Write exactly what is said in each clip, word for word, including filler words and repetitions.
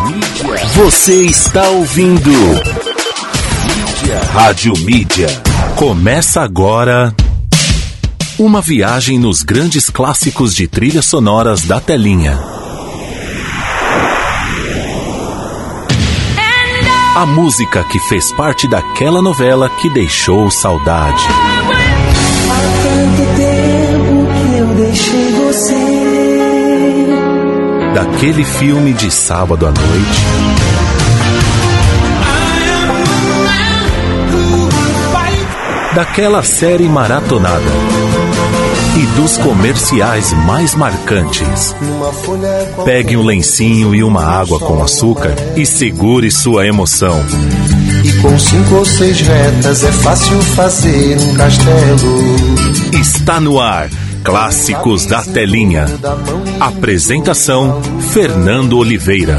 Mídia. Você está ouvindo Mídia. Rádio Mídia. Começa agora uma viagem nos grandes clássicos de trilhas sonoras da telinha. A música que fez parte daquela novela que deixou saudade. Há tanto tempo que eu deixei você. Daquele filme de sábado à noite. Daquela série maratonada. E dos comerciais mais marcantes. Pegue um lencinho e uma água com açúcar e segure sua emoção. E com cinco ou seis retas é fácil fazer um castelo. Está no ar, Clássicos da Telinha. Apresentação, Fernando Oliveira.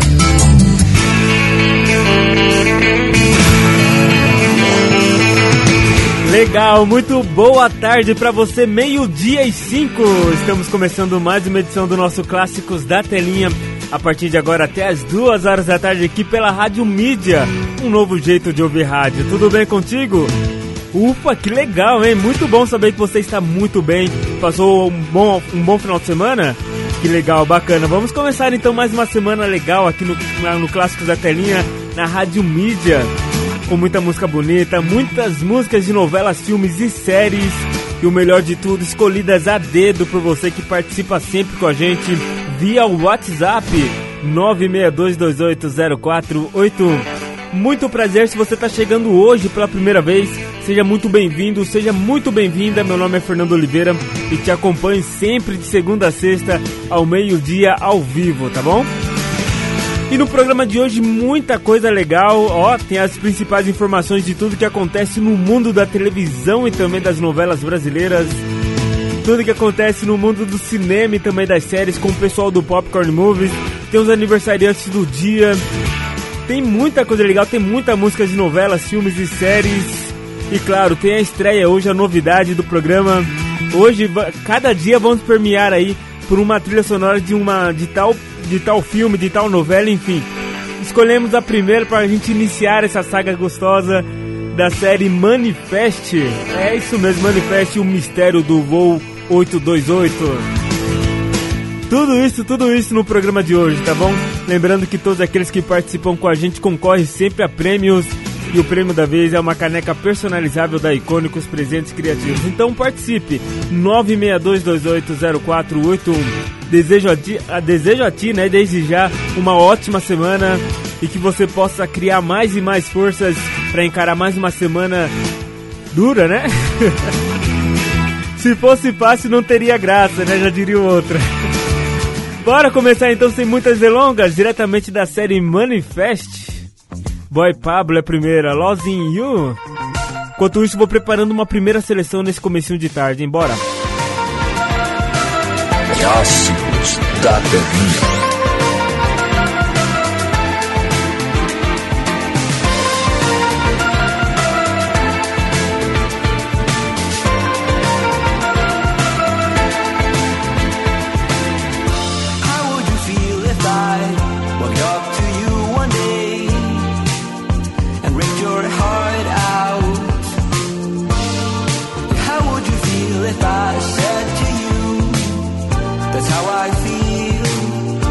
Legal, muito boa tarde para você, meio-dia e cinco. Estamos começando mais uma edição do nosso Clássicos da Telinha. A partir de agora até as duas horas da tarde aqui pela Rádio Mídia. Um novo jeito de ouvir rádio. Tudo bem contigo? Ufa, que legal, hein? Muito bom saber que você está muito bem. Passou um bom, um bom final de semana? Que legal, bacana. Vamos começar então mais uma semana legal aqui no, no Clássicos da Telinha, na Rádio Mídia. Com muita música bonita, muitas músicas de novelas, filmes e séries. E o melhor de tudo, escolhidas a dedo por você que participa sempre com a gente via WhatsApp nove seis dois dois oito zero quatro oito um. Muito prazer, se você está chegando hoje pela primeira vez, seja muito bem-vindo, seja muito bem-vinda. Meu nome é Fernando Oliveira e te acompanho sempre de segunda a sexta ao meio-dia ao vivo, tá bom? E no programa de hoje, muita coisa legal, ó, tem as principais informações de tudo que acontece no mundo da televisão e também das novelas brasileiras. Tudo que acontece no mundo do cinema e também das séries com o pessoal do Popcorn Movies. Tem os aniversariantes do dia. Tem muita coisa legal, tem muita música de novelas, filmes e séries. E claro, tem a estreia hoje, a novidade do programa. Hoje, cada dia vamos premiar aí por uma trilha sonora de, uma, de, tal, de tal filme, de tal novela, enfim. Escolhemos a primeira para a gente iniciar essa saga gostosa da série Manifest. É isso mesmo, Manifest, o mistério do voo oito dois oito. Tudo isso, tudo isso no programa de hoje, tá bom? Lembrando que todos aqueles que participam com a gente concorrem sempre a prêmios. E o prêmio da vez é uma caneca personalizável da Icônicos Presentes Criativos. Então participe, nove seis dois dois oito zero quatro oito um. Desejo a ti, a, desejo a ti, né, desde já, uma ótima semana. E que você possa criar mais e mais forças para encarar mais uma semana dura, né? Se fosse fácil não teria graça, né, já diria o outro. Bora começar então sem muitas delongas, diretamente da série Manifest. Boy Pablo é a primeira, Losing You. Enquanto isso, vou preparando uma primeira seleção nesse comecinho de tarde, hein? Bora! Clássicos da Telinha. If I said to you, that's how I feel.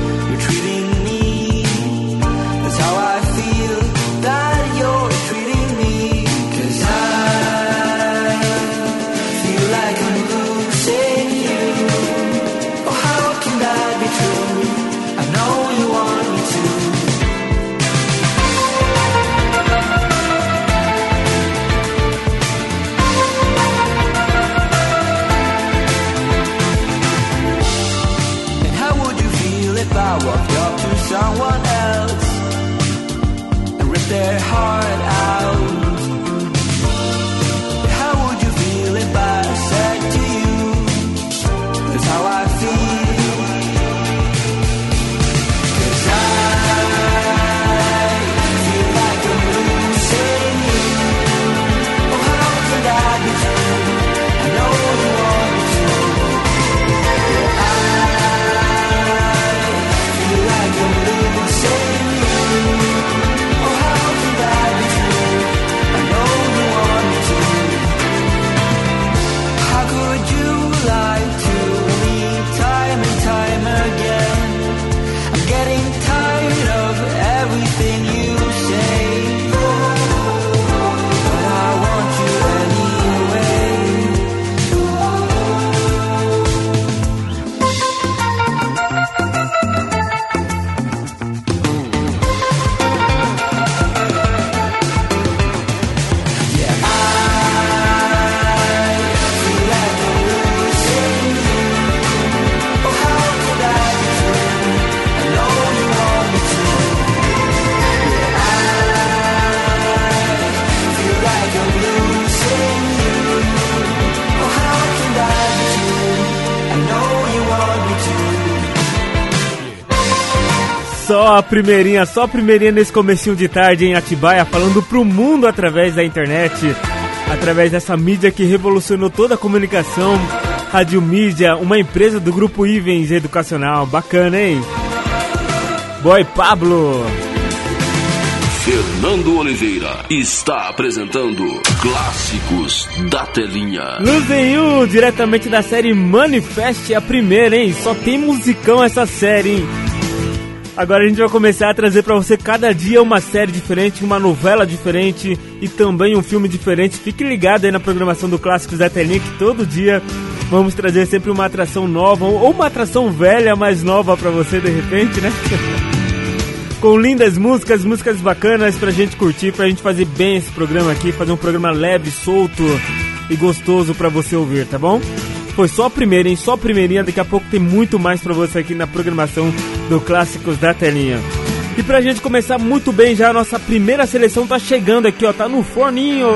Só a primeirinha, só a primeirinha nesse comecinho de tarde em Atibaia, falando pro mundo através da internet, através dessa mídia que revolucionou toda a comunicação. Rádio Mídia, uma empresa do Grupo Ivens Educacional. Bacana, hein? Boy Pablo. Fernando Oliveira está apresentando Clássicos da Telinha. Luzenhu, diretamente da série Manifest, a primeira, hein? Só tem musicão essa série, hein? Agora a gente vai começar a trazer pra você cada dia uma série diferente, uma novela diferente e também um filme diferente. Fique ligado aí na programação do Clássicos da Telinha, que todo dia vamos trazer sempre uma atração nova ou uma atração velha, mais nova pra você de repente, né? Com lindas músicas, músicas bacanas pra gente curtir, pra gente fazer bem esse programa aqui, fazer um programa leve, solto e gostoso pra você ouvir, tá bom? Foi só a primeira, hein? Só a primeirinha, daqui a pouco tem muito mais pra você aqui na programação do Clássicos da Telinha. E pra gente começar muito bem já, a nossa primeira seleção tá chegando aqui, ó, tá no forninho.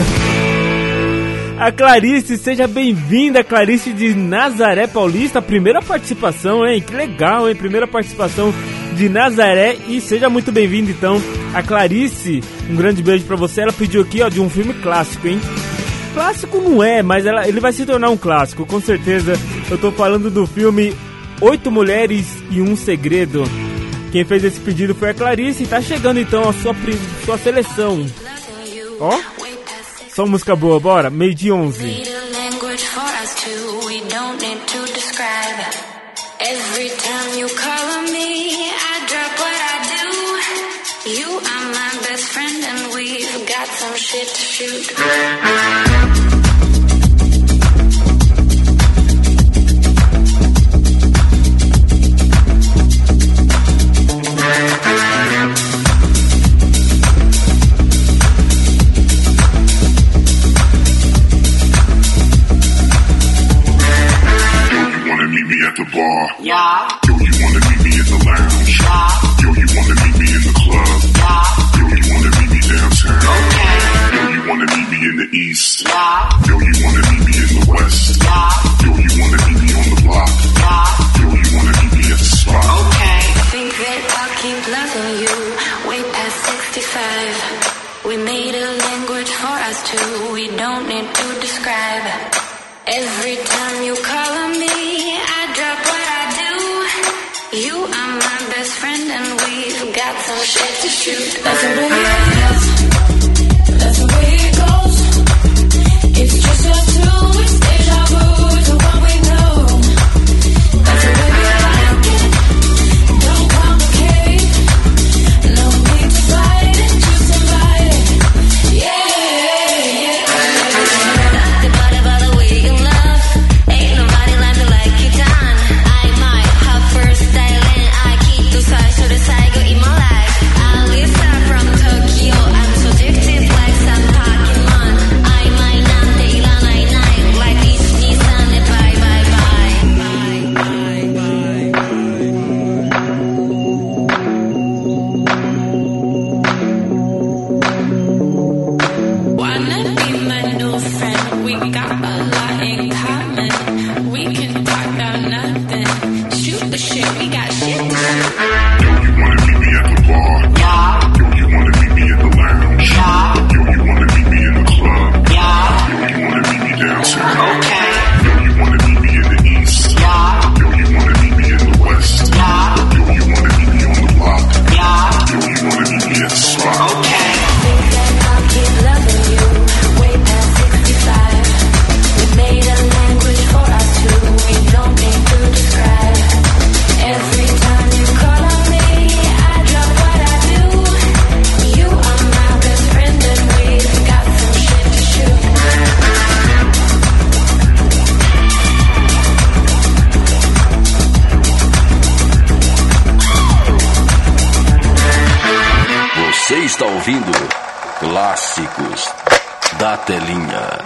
A Clarice, seja bem-vinda, Clarice de Nazaré Paulista, primeira participação, hein? Que legal, hein? Primeira participação de Nazaré e seja muito bem-vindo então a Clarice, um grande beijo pra você. Ela pediu aqui, ó, de um filme clássico, hein? Clássico não é, mas ela, ele vai se tornar um clássico, com certeza. Eu tô falando do filme Oito Mulheres e um Segredo. Quem fez esse pedido foi a Clarice e tá chegando então a sua, sua seleção. Ó, só música boa, bora, meio de onze. Every time you call on me, I drop what I do. You are my best friend and we've got some shit to shoot. At the bar, Yeah. yo, you wanna meet me in the lounge, Yeah. yo, you wanna meet me in the club, Yeah. yo, you wanna meet me downtown, Okay. yo, you wanna meet me in the east, Yeah. yo, you wanna meet me in the west, Yeah. yo, you wanna meet me on the block, Yeah. yo, you wanna meet me at the spot. Okay. I think that I'll keep loving you way past sixty-five. We made a language for us two. We don't need to describe. Every time you call on me, I drop what I do. You are my best friend and we've got some shit to shoot. That's the way it is. That's the way it goes. It's just us two. It's deja vu to what we know. That's the way we like it. Don't complicate. No need to fight it. Just invite it. Yeah, yeah. Nobody by the way you love. Ain't nobody like me like you done. I might have first style and I keep the size so the side go in my life. I Lisa from Tokyo. I'm so addicted like some Pokemon. I might not take la night night like this Nissan. Bye bye bye. Bye bye bye. Wanna be my new friend? We got a lot in common. We can talk about nothing. Shoot the shit, we got shit to shoot. Yo, you wanna meet me at the bar, Yeah, yo, you wanna meet me in the lounge, yeah, yo, you wanna meet me in the club, yeah. yo, you wanna meet me downtown, Okay. yo, you wanna meet me in the east, Yeah, yo, you wanna meet me in the west, yeah, yo, you wanna meet me on the block, yeah. yo, you wanna meet me at the spot. Okay. Think that I'll keep loving you way past sixty-five. We made a language for us two. We don't need to describe. Every time you call on me, I drop what I do. You are my best friend and we've got some shit to shoot. Você está ouvindo Clássicos da Telinha.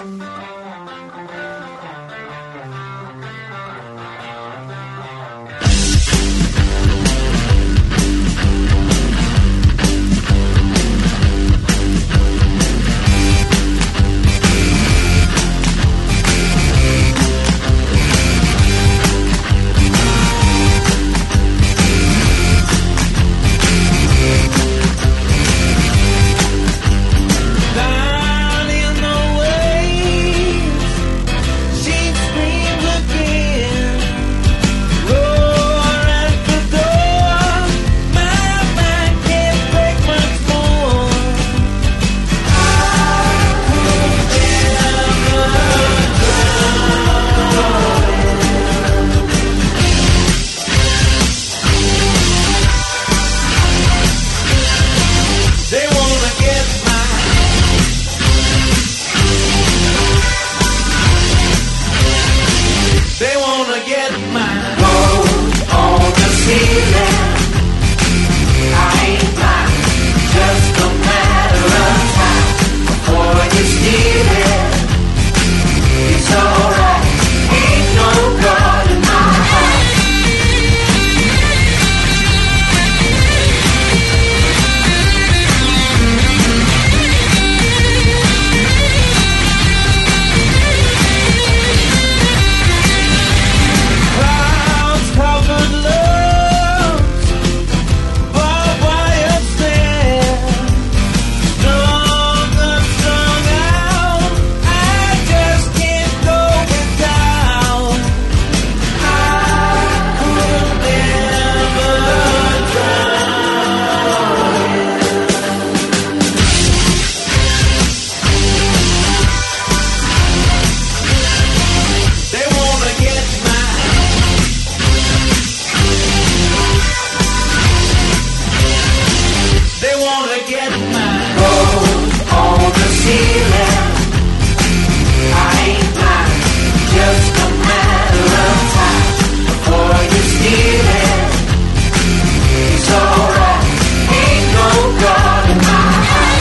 wanna get mine. Gold on the ceiling. I ain't blind, just a matter of time before you steal it. It's alright, ain't no God in my eye.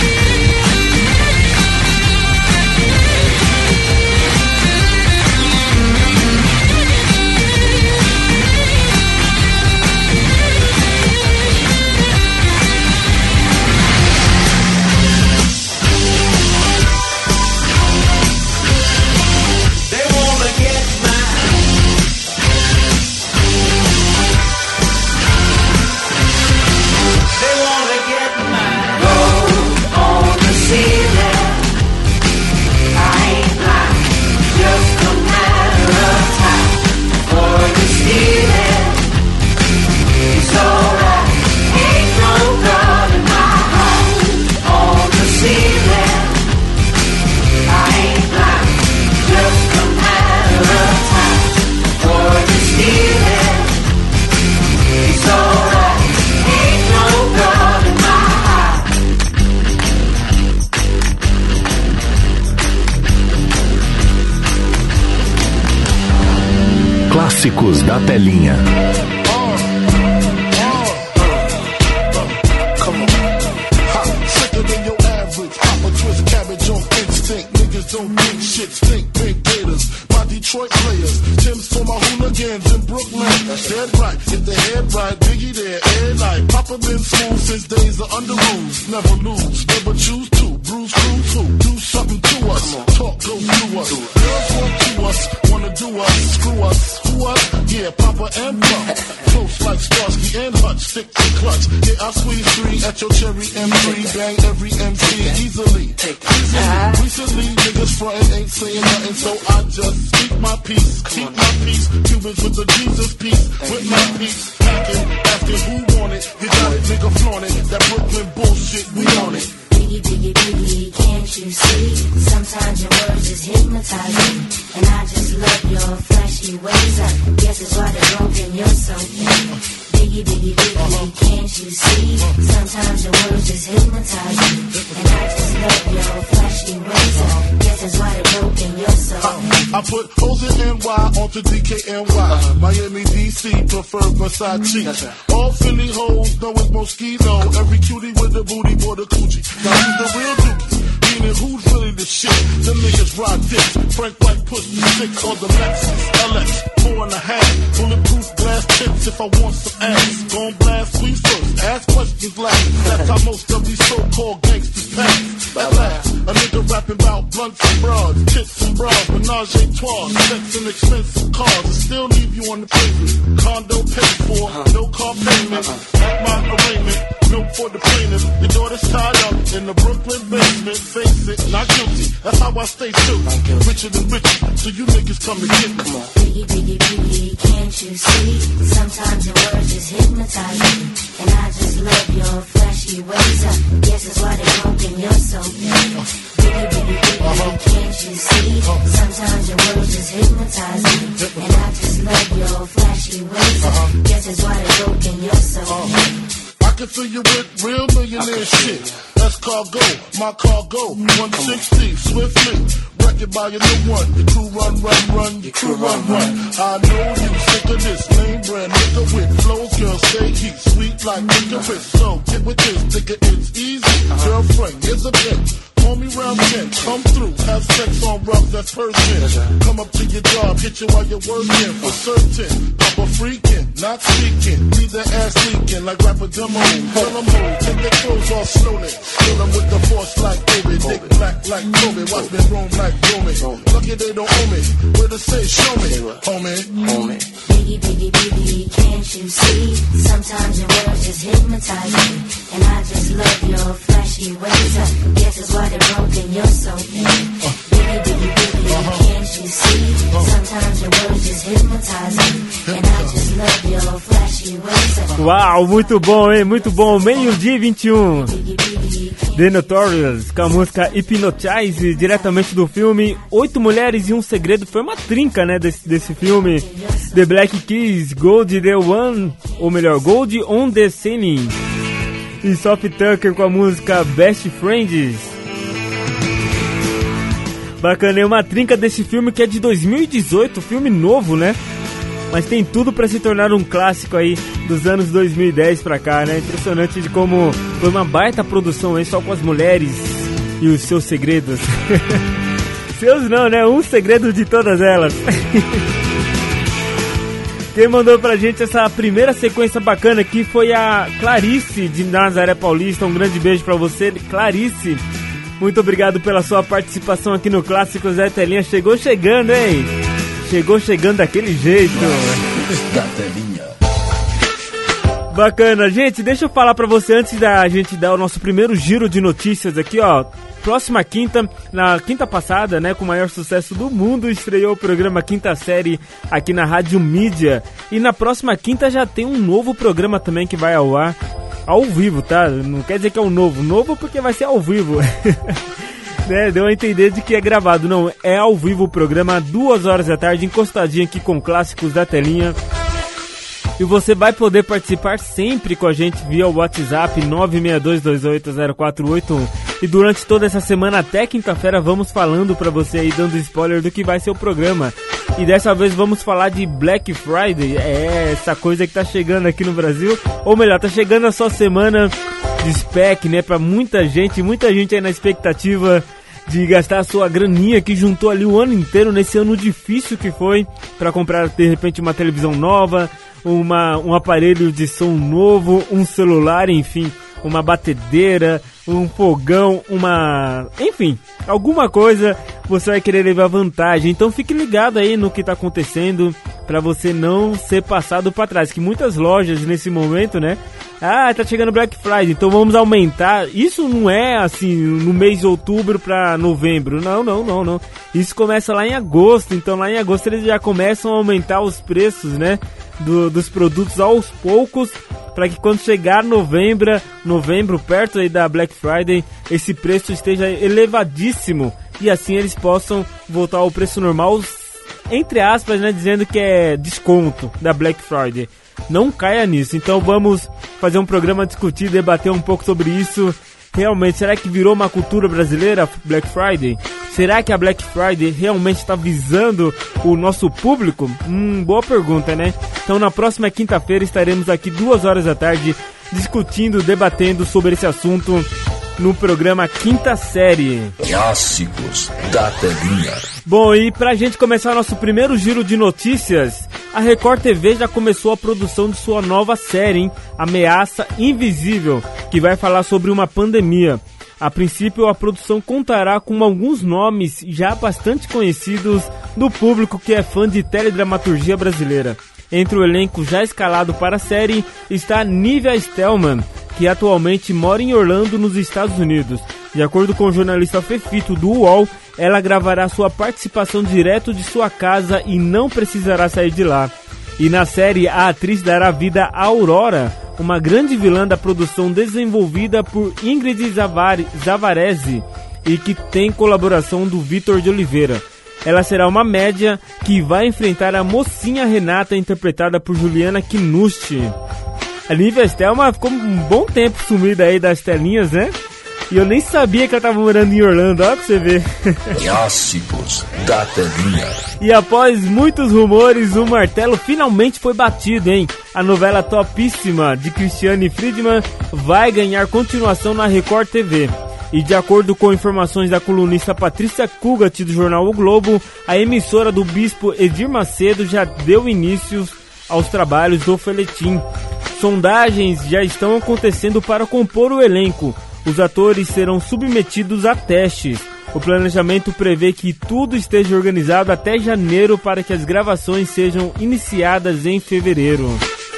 Clássicos da Telinha. Detroit players, Tim's for my hooligans in Brooklyn. Dead right, get the head right, Biggie there, every night. Papa been smooth since days of under rules. Never lose, never choose to. Bruise, cruise, who? Do something to us. Talk, go through us. Girls want to us, wanna do us. Screw us, who us? Yeah, Papa and Pump. Close like Starsky and Hutch, stick to clutch. Yeah, I squeeze three at your cherry M three. Bang every M C easily. Easily. Recently, niggas frontin' ain't saying nothing, so I just speak my peace, keep my peace. Cubans with the Jesus peace, with my peace. Packing, asking who want it. You got it, nigga, flaunt it. That Brooklyn bullshit, we on it. Biggie, biggie, biggie, can't you see? Sometimes your words just hypnotize me. And I just love your flashy ways. I guess it's why they're broken, you're so mean. Biggie, biggie, biggie, can't you see? Sometimes your words just hypnotize me. And I just love your flashy ways. I guess it's why they're broken, you're so mean. I put O's in N Y onto D K N Y. Miami, D C, prefer Versace. All Philly hoes know it's Moschino. Every cutie with the booty for the coochie. Now who's the real dookie? Meaning who's really the shit? Them niggas ride dicks. Frank White push the six on the Lexus L X. Four and a half. Bulletproof glass tips if I want some ass. Gon' blast squeeze first. Ask questions last. That's how most of these so-called gangsters pass. At last, a nigga rapping about blunts and broads, tits and bras, menage a trois, sex and expensive cars, and still leave you on the pavement. Condo paid for, no car payment. At my arraignment, no for the plaintiff. Your daughter's tied up in the Brooklyn basement. Face it, not guilty. That's how I stay true. Richer than richer, so you niggas come and get me. Biggie, biggie, biggie, can't you see? Sometimes your words just hypnotize me. And I just love your flashy ways. I guess that's why they're broken, you're so mean. Biggie, biggie, biggie, can't you see? Sometimes your words just hypnotize me. And I just love your flashy ways. I guess that's why they're broken, you're so mean. I can fill you with real millionaire shit. That's cargo, my cargo, one sixty, swiftly. Wreck it by your new one. Your crew run, run, run, your crew run, run. I know you sick of this name brand nigga with flows, girl, stay heat, sweet like licorice. So get with this, nigga, it's easy. Girlfriend, here's a bitch. Call me round ten, come through, have sex on rough, that's Persian. Come up to your job, hit you while you're working, for certain. Papa freaking, not speaking, leave that ass leaking like rapper demo. Tell them move, take their clothes off slowly. Fill them with the force like Kobe, dick black like Kobe, watch me roam like Romy. Lucky they don't owe me, where to say show me, homie, homie. Biggie, biggie, biggie, can't you see? Sometimes your words just hypnotize me. And I just love your flashy ways. I guess it's why they're broken, you're so mean. Biggie, biggie, biggie, can't you see? Sometimes your words just hypnotize me. And I just love your flashy ways. Uau, muito bom, hein? Muito bom. Meio-dia e vinte e um. The Notorious, com a música Hypnotize, diretamente do filme Oito Mulheres e um Segredo. Foi uma trinca, né, desse, desse filme. The Black Keys, Gold The One, ou melhor, Gold on the Ceiling. e Sophie Tucker com a música Best Friends. Bacana, é uma trinca desse filme que é de dois mil e dezoito, filme novo, né? Mas tem tudo pra se tornar um clássico aí dos anos dois mil e dez pra cá, né? Impressionante de como foi uma baita produção aí só com as mulheres e os seus segredos. Seus não, né? Um segredo de todas elas. Quem mandou pra gente essa primeira sequência bacana aqui foi a Clarice de Nazaré Paulista. Um grande beijo pra você, Clarice. Muito obrigado pela sua participação aqui no Clássicos da Telinha. Chegou chegando, hein? Chegou chegando daquele jeito. Da Telinha. Bacana, gente, deixa eu falar pra você antes da gente dar o nosso primeiro giro de notícias aqui, ó. Próxima quinta, na quinta passada, né, com o maior sucesso do mundo, estreou o programa Quinta Série aqui na Rádio Mídia. E na próxima quinta já tem um novo programa também que vai ao ar, ao vivo, tá? Não quer dizer que é um novo, novo porque vai ser ao vivo. Né, deu a entender de que é gravado. Não, é ao vivo o programa, duas horas da tarde, encostadinho aqui com Clássicos da Telinha. E você vai poder participar sempre com a gente via o WhatsApp nove seis dois dois oito zero quatro oito um. E durante toda essa semana até quinta-feira vamos falando pra você aí, dando spoiler do que vai ser o programa. E dessa vez vamos falar de Black Friday, é essa coisa que tá chegando aqui no Brasil. Ou melhor, tá chegando a sua semana de spec, né, pra muita gente, muita gente aí na expectativa de gastar a sua graninha que juntou ali o ano inteiro, nesse ano difícil que foi, pra comprar de repente uma televisão nova, uma, um aparelho de som novo, um celular, enfim, uma batedeira, um fogão, uma... enfim, alguma coisa você vai querer levar vantagem. Então fique ligado aí no que tá acontecendo pra você não ser passado pra trás, que muitas lojas nesse momento, né, ah, tá chegando Black Friday, então vamos aumentar. Isso não é assim no mês de outubro pra novembro, não, não, não, não. Isso começa lá em agosto, então lá em agosto eles já começam a aumentar os preços, né, do, dos produtos aos poucos, para que quando chegar novembro, novembro, perto aí da Black Friday, esse preço esteja elevadíssimo e assim eles possam voltar ao preço normal, entre aspas, né, dizendo que é desconto da Black Friday. Não caia nisso. Então vamos fazer um programa, discutir, debater um pouco sobre isso. Realmente, será que virou uma cultura brasileira Black Friday? Será que a Black Friday realmente está visando o nosso público? Hum, boa pergunta, né? Então na próxima quinta-feira estaremos aqui duas horas da tarde discutindo, debatendo sobre esse assunto no programa Quinta Série. Clássicos da Telinha. Bom, e pra gente começar nosso primeiro giro de notícias, a Record T V já começou a produção de sua nova série, hein? Ameaça Invisível, que vai falar sobre uma pandemia. A princípio, a produção contará com alguns nomes já bastante conhecidos do público que é fã de teledramaturgia brasileira. Entre o elenco já escalado para a série está Nívia Stelman, que atualmente mora em Orlando, nos Estados Unidos. De acordo com o jornalista Fefito do U O L, ela gravará sua participação direto de sua casa e não precisará sair de lá. E na série, a atriz dará vida a Aurora, uma grande vilã da produção desenvolvida por Ingrid Zavar- Zavarese e que tem colaboração do Vitor de Oliveira. Ela será uma média que vai enfrentar a mocinha Renata, interpretada por Juliana Kinucci. A Nívia Stelman ficou um bom tempo sumida aí das telinhas, né? E eu nem sabia que ela tava morando em Orlando, olha pra você ver. Clássicos da Telinha. E após muitos rumores, o martelo finalmente foi batido, hein? A novela topíssima de Cristiane Friedman vai ganhar continuação na Record T V. E de acordo com informações da colunista Patrícia Kugat do jornal O Globo, a emissora do bispo Edir Macedo já deu início aos trabalhos do folhetim. Sondagens já estão acontecendo para compor o elenco. Os atores serão submetidos a testes. O planejamento prevê que tudo esteja organizado até janeiro para que as gravações sejam iniciadas em fevereiro.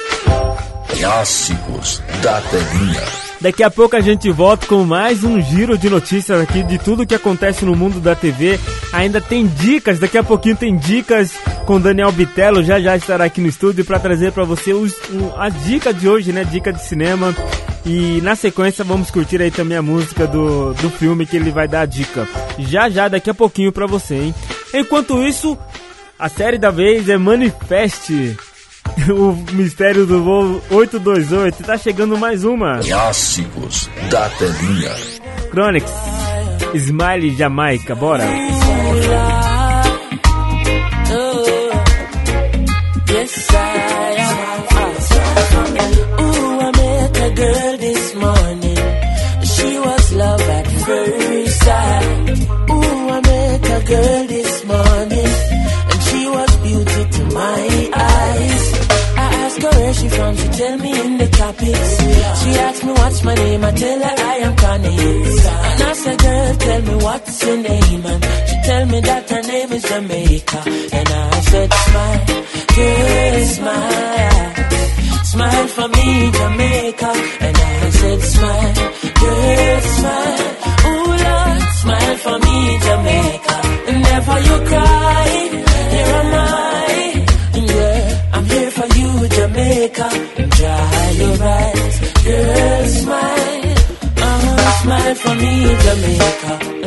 Clássicos da Telinha. Daqui a pouco a gente volta com mais um giro de notícias aqui de tudo que acontece no mundo da T V. Ainda tem dicas, daqui a pouquinho tem dicas com Daniel Bitello, já já estará aqui no estúdio para trazer para você os, o, a dica de hoje, né? Dica de cinema. E na sequência vamos curtir aí também a música do, do filme que ele vai dar a dica. Já já, daqui a pouquinho para você, hein? Enquanto isso, a série da vez é Manifest. o mistério do voo oito dois oito. Tá chegando mais uma. Clássicos da telinha. Chronix, Smile Jamaica, bora. Yes, I am. Ooh, I met a girl this morning. She was love at first sight. Ooh, I met a girl this morning, and she was beauty to my eyes. I asked her where she from, she tell me in the tropics. She asked me what's my name, I tell her I am Connie. And I said, girl, tell me what's your name, and she tell me that her name is Jamaica. And I said, smile, girl, smile, smile for me, Jamaica. And I said, smile, girl, smile, ooh Lord, smile for me, Jamaica. And never you cry, here am I, yeah, I'm here for you, Jamaica. Dry your eyes, girl, smile, uh-huh, smile for me, Jamaica.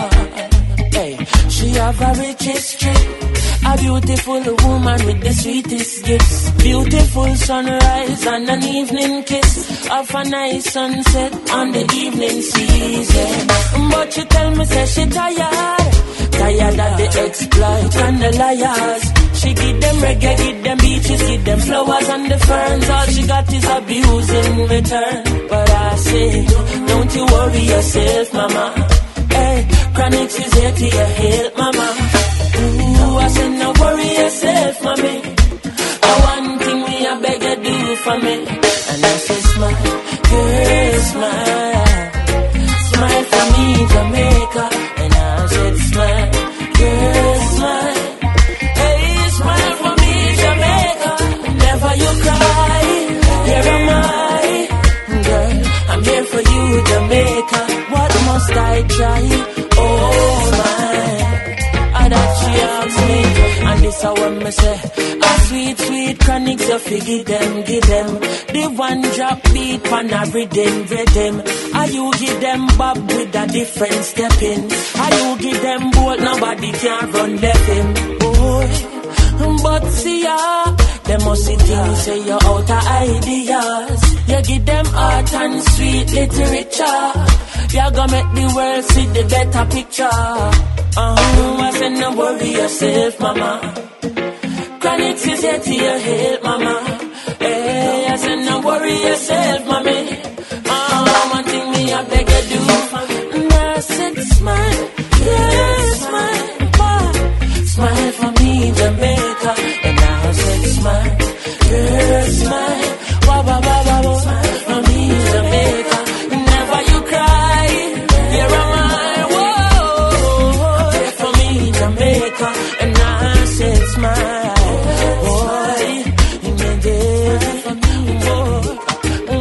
Lord, hey, she have a rich history. A beautiful woman with the sweetest gifts. Beautiful sunrise and an evening kiss of a nice sunset on the evening season. But she tell me, say she tired. Tired of the exploit and the liars. She give them reggae, give them beaches, give them flowers and the ferns. All she got is abuse in return. But I say, don't you worry yourself, mama. Hey, Chronix is here to your help, mama. Ooh, I said, no worry yourself, mommy. Oh, one thing me I beg you do for me. And I said, smile, girl, smile, smile for me, Jamaica. And I said, smile, girl, smile, hey, smile for me, Jamaica. Never you cry, here am I, girl, I'm here for you, Jamaica. What must I try? Oh, my. That she asks me, and this is what me say. A sweet, sweet Chronix, you figure them, give them the one drop beat pan a rhythm, rhythm. Are you give them bob with a different step in? Are you give them bolt, nobody can run left him, boy. But see ya, them must see things say you're out of ideas. You give them art and sweet literature. You're gonna make the world see the better picture. Uh-huh, I said, no worry yourself, mama. Chronix is here to your help, mama. Hey, I said, no worry yourself, mommy. Uh, one thing me, I beg you do. And I said, smile, yeah, smile, boy. Smile for me, Jamaica. And I said, smile, yeah, smile, wah, wah, wah, wah, wah. Smile for me, Jamaica. Never you cry, here am I. Jamaica, and I said smile, boy, you made it for me, boy,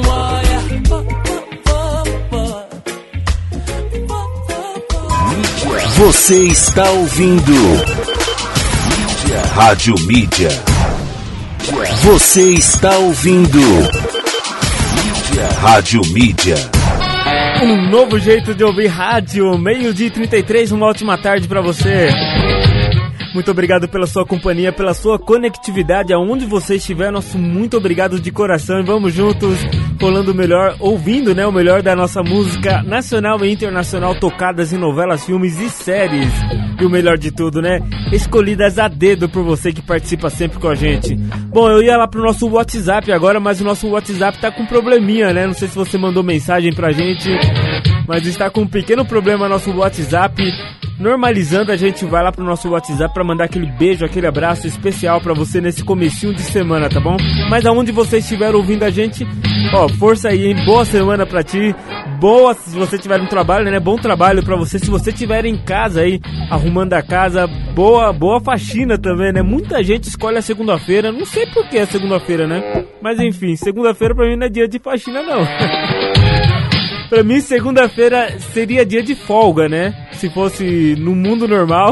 boy, boy. Você está ouvindo Mídia. Rádio Mídia. Você está ouvindo Mídia. Rádio Mídia. Um novo jeito de ouvir rádio, meio-dia e trinta e três, uma ótima tarde pra você. Muito obrigado pela sua companhia, pela sua conectividade, aonde você estiver, nosso muito obrigado de coração. E vamos juntos, rolando o melhor, ouvindo, né, o melhor da nossa música nacional e internacional, tocadas em novelas, filmes e séries. E o melhor de tudo, né, escolhidas a dedo por você que participa sempre com a gente. Bom, eu ia lá pro nosso WhatsApp agora, mas o nosso WhatsApp tá com probleminha, né, não sei se você mandou mensagem pra gente, mas está com um pequeno problema nosso WhatsApp. Normalizando, a gente vai lá pro nosso WhatsApp pra mandar aquele beijo, aquele abraço especial pra você nesse comecinho de semana, tá bom? Mas aonde você estiver ouvindo a gente, ó, força aí, hein? Boa semana pra ti, boa se você tiver no trabalho, né? Bom trabalho pra você, se você estiver em casa aí, arrumando a casa, boa, boa faxina também, né? Muita gente escolhe a segunda-feira, não sei por que é segunda-feira, né? Mas enfim, segunda-feira pra mim não é dia de faxina, não. Pra mim, segunda-feira seria dia de folga, né? Se fosse no mundo normal.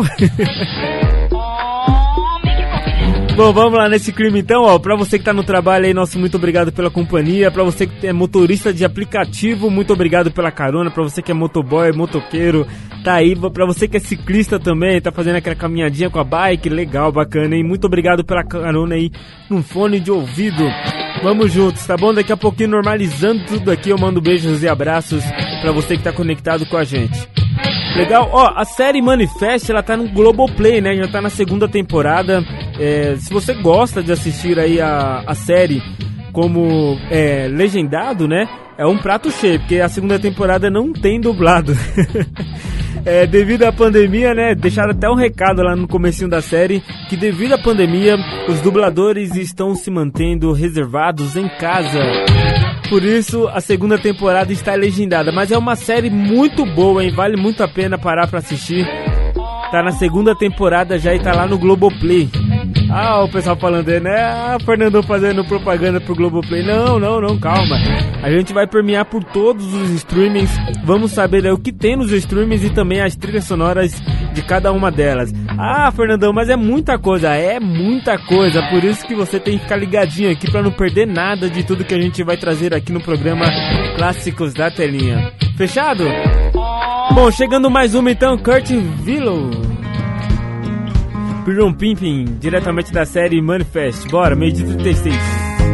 Bom, vamos lá nesse clima então, ó. Pra você que tá no trabalho aí, nosso muito obrigado pela companhia. Pra você que é motorista de aplicativo, muito obrigado pela carona. Pra você que é motoboy, motoqueiro, Tá aí, pra você que é ciclista também, tá fazendo aquela caminhadinha com a bike, legal, bacana, hein? Muito obrigado pela carona aí no fone de ouvido. Vamos juntos, tá bom? Daqui a pouquinho, normalizando tudo aqui, eu mando beijos e abraços pra você que tá conectado com a gente. Legal, ó, a série Manifest, ela tá no Globoplay, né? Já tá na segunda temporada. É, se você gosta de assistir aí a, a série como é, legendado, né? É um prato cheio, porque a segunda temporada não tem dublado. É, devido à pandemia, né? Deixaram até um recado lá no comecinho da série, que devido à pandemia, os dubladores estão se mantendo reservados em casa. Por isso, a segunda temporada está legendada. Mas é uma série muito boa, hein? Vale muito a pena parar pra assistir. Tá na segunda temporada já e tá lá no Globoplay. Ah, o pessoal falando aí, né? Ah, Fernando fazendo propaganda pro Globoplay. Não, não, não, calma. A gente vai permear por todos os streamings. Vamos saber aí o que tem nos streamings e também as trilhas sonoras de cada uma delas. Ah, Fernandão, mas é muita coisa. É muita coisa. Por isso que você tem que ficar ligadinho aqui pra não perder nada de tudo que a gente vai trazer aqui no programa Clássicos da Telinha. Fechado? Bom, chegando mais uma então, Kurt Vilo. Pirum Pimpin, diretamente da série Manifest. Bora, meio de trinta e seis.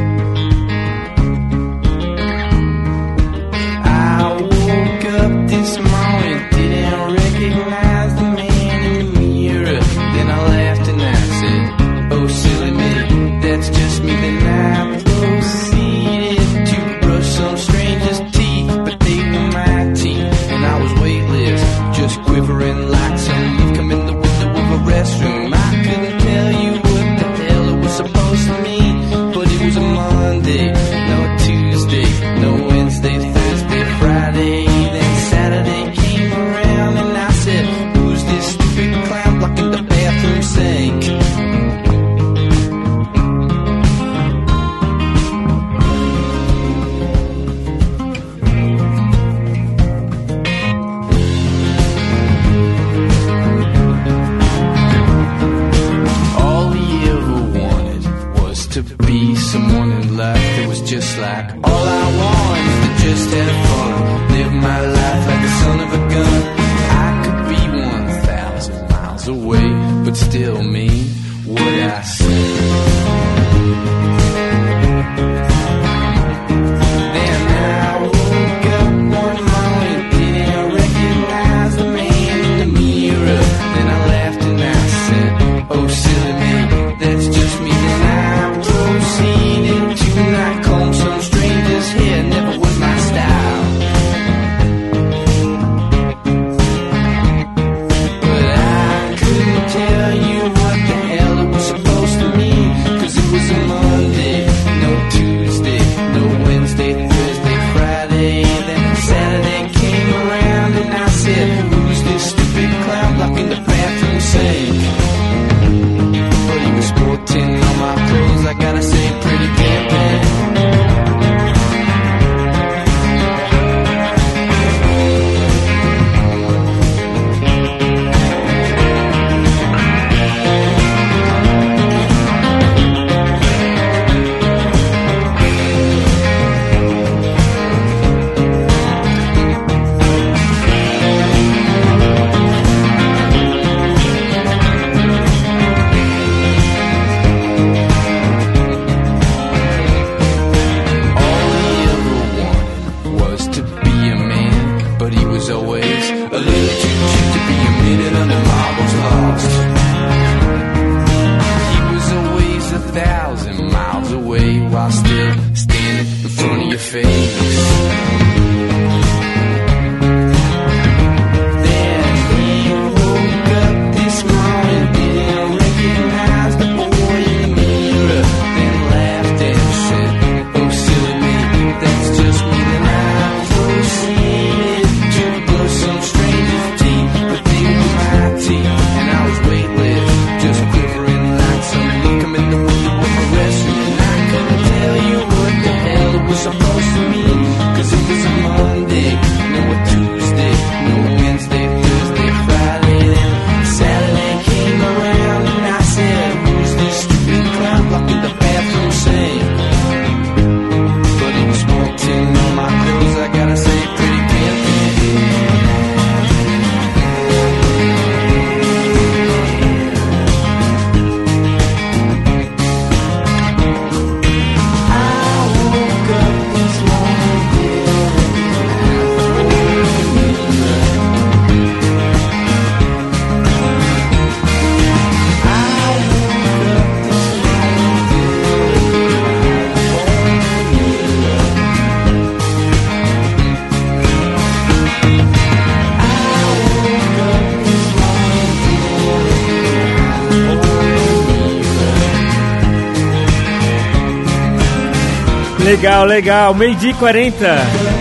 I woke up this morning, didn't recognize the man in the mirror. Then I laughed and I said, oh silly me, that's just me. Then I proceeded to brush some stranger's teeth, but they were my teeth, and I was weightless, just quivering like some leaf come in the window of a restroom. I couldn't tell you what the hell it was supposed to mean, but it was a Monday, no Tuesday, no Wednesday, Thursday, Friday, then Saturday came around and I said, who's this stupid clown blocking the bathroom sink? Someone in life that was just like all I want is to just have fun, live my life like the son of a gun. I could be one thousand miles away, but still mean what I say. Then I woke up one morning, didn't recognize the man in the mirror. Then I laughed and I said, oh silly me, that's just me. Then I proceeded to not comb some stranger's hair, never was my style. But I couldn't tell you what the hell it was supposed to mean, cause it was a Monday, no Tuesday, no Wednesday, Thursday, Friday, then Saturday came around and I said, who's this stupid clown blocking the bathroom sink? But he was sporting on my clothes, I gotta say, pretty pimpin'. Legal, legal. Meio-dia e quarenta.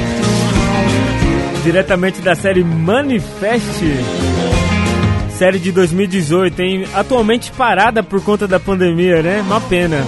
Diretamente da série Manifeste. Série de dois mil e dezoito, hein? Atualmente parada por conta da pandemia, né? Uma pena.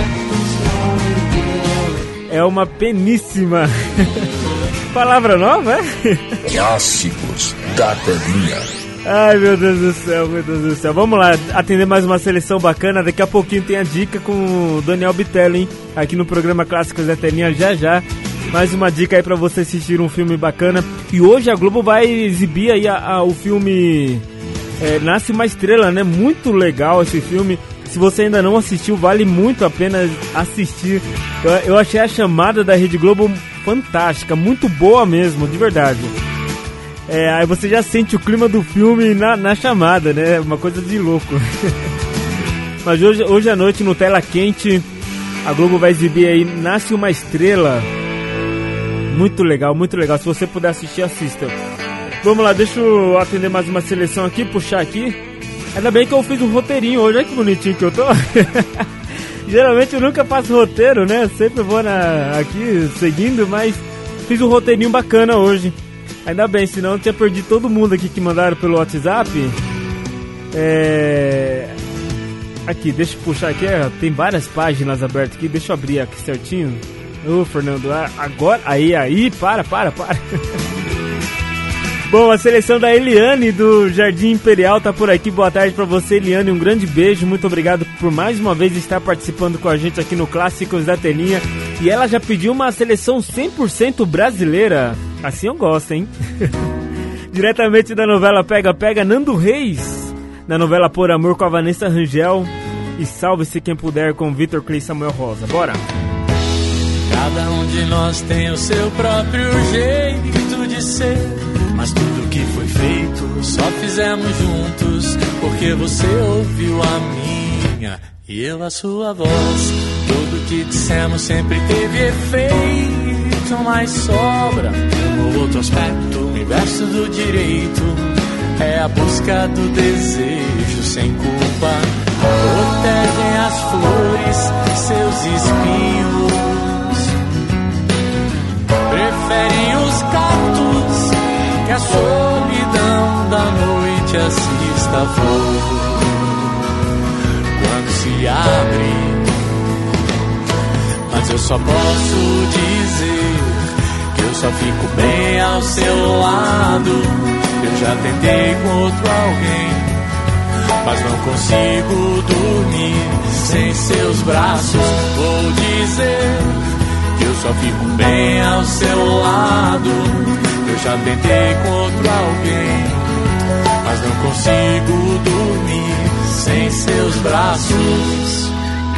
É uma peníssima. Palavra nova, é? Clássicos da telinha. Ai, meu Deus do céu, meu Deus do céu. Vamos lá, atender mais uma seleção bacana. Daqui a pouquinho tem a dica com o Daniel Bitelli, hein? Aqui no programa Clássicos da Telinha, já já. Mais uma dica aí pra você assistir um filme bacana. E hoje a Globo vai exibir aí a, a, o filme é, Nasce Uma Estrela, né? Muito legal esse filme. Se você ainda não assistiu, vale muito a pena assistir. Eu, eu achei a chamada da Rede Globo fantástica, muito boa mesmo, de verdade. É, aí você já sente o clima do filme na, na chamada, né? Uma coisa de louco. Mas hoje, hoje à noite, no Tela Quente, a Globo vai exibir aí Nasce Uma Estrela. Muito legal, muito legal. Se você puder assistir, assista. Vamos lá, deixa eu atender mais uma seleção aqui, puxar aqui. Ainda bem que eu fiz um roteirinho hoje, olha que bonitinho que eu tô. Geralmente eu nunca faço roteiro, né? Eu sempre vou na, aqui seguindo, mas fiz um roteirinho bacana hoje. Ainda bem, senão eu tinha perdido todo mundo aqui que mandaram pelo WhatsApp. É... Aqui, deixa eu puxar aqui, tem várias páginas abertas aqui, deixa eu abrir aqui certinho. Ô, Fernando, agora... Aí, aí, para, para, para. Bom, a seleção da Eliane do Jardim Imperial tá por aqui. Boa tarde pra você, Eliane, um grande beijo. Muito obrigado por mais uma vez estar participando com a gente aqui no Clássicos da Telinha. E ela já pediu uma seleção cem por cento brasileira. Assim eu gosto, hein? Diretamente da novela Pega Pega, Nando Reis. Na novela Por Amor com a Vanessa Rangel. E Salve-se Quem Puder com Vitor Clay e Samuel Rosa. Bora! Cada um de nós tem o seu próprio jeito de ser, mas tudo que foi feito só fizemos juntos, porque você ouviu a minha e eu a sua voz. Tudo que dissemos sempre teve efeito, mas sobra um outro aspecto. O inverso do direito é a busca do desejo sem culpa. Protegem as flores, seus espinhos, preferem os cactos que a solidão da noite assista a flor. Quando se abre, mas eu só posso dizer que eu só fico bem ao seu lado. Eu já tentei com outro alguém, mas não consigo dormir sem seus braços. Vou dizer que eu só fico bem ao seu lado. Eu já tentei com outro alguém, mas não consigo dormir sem seus braços.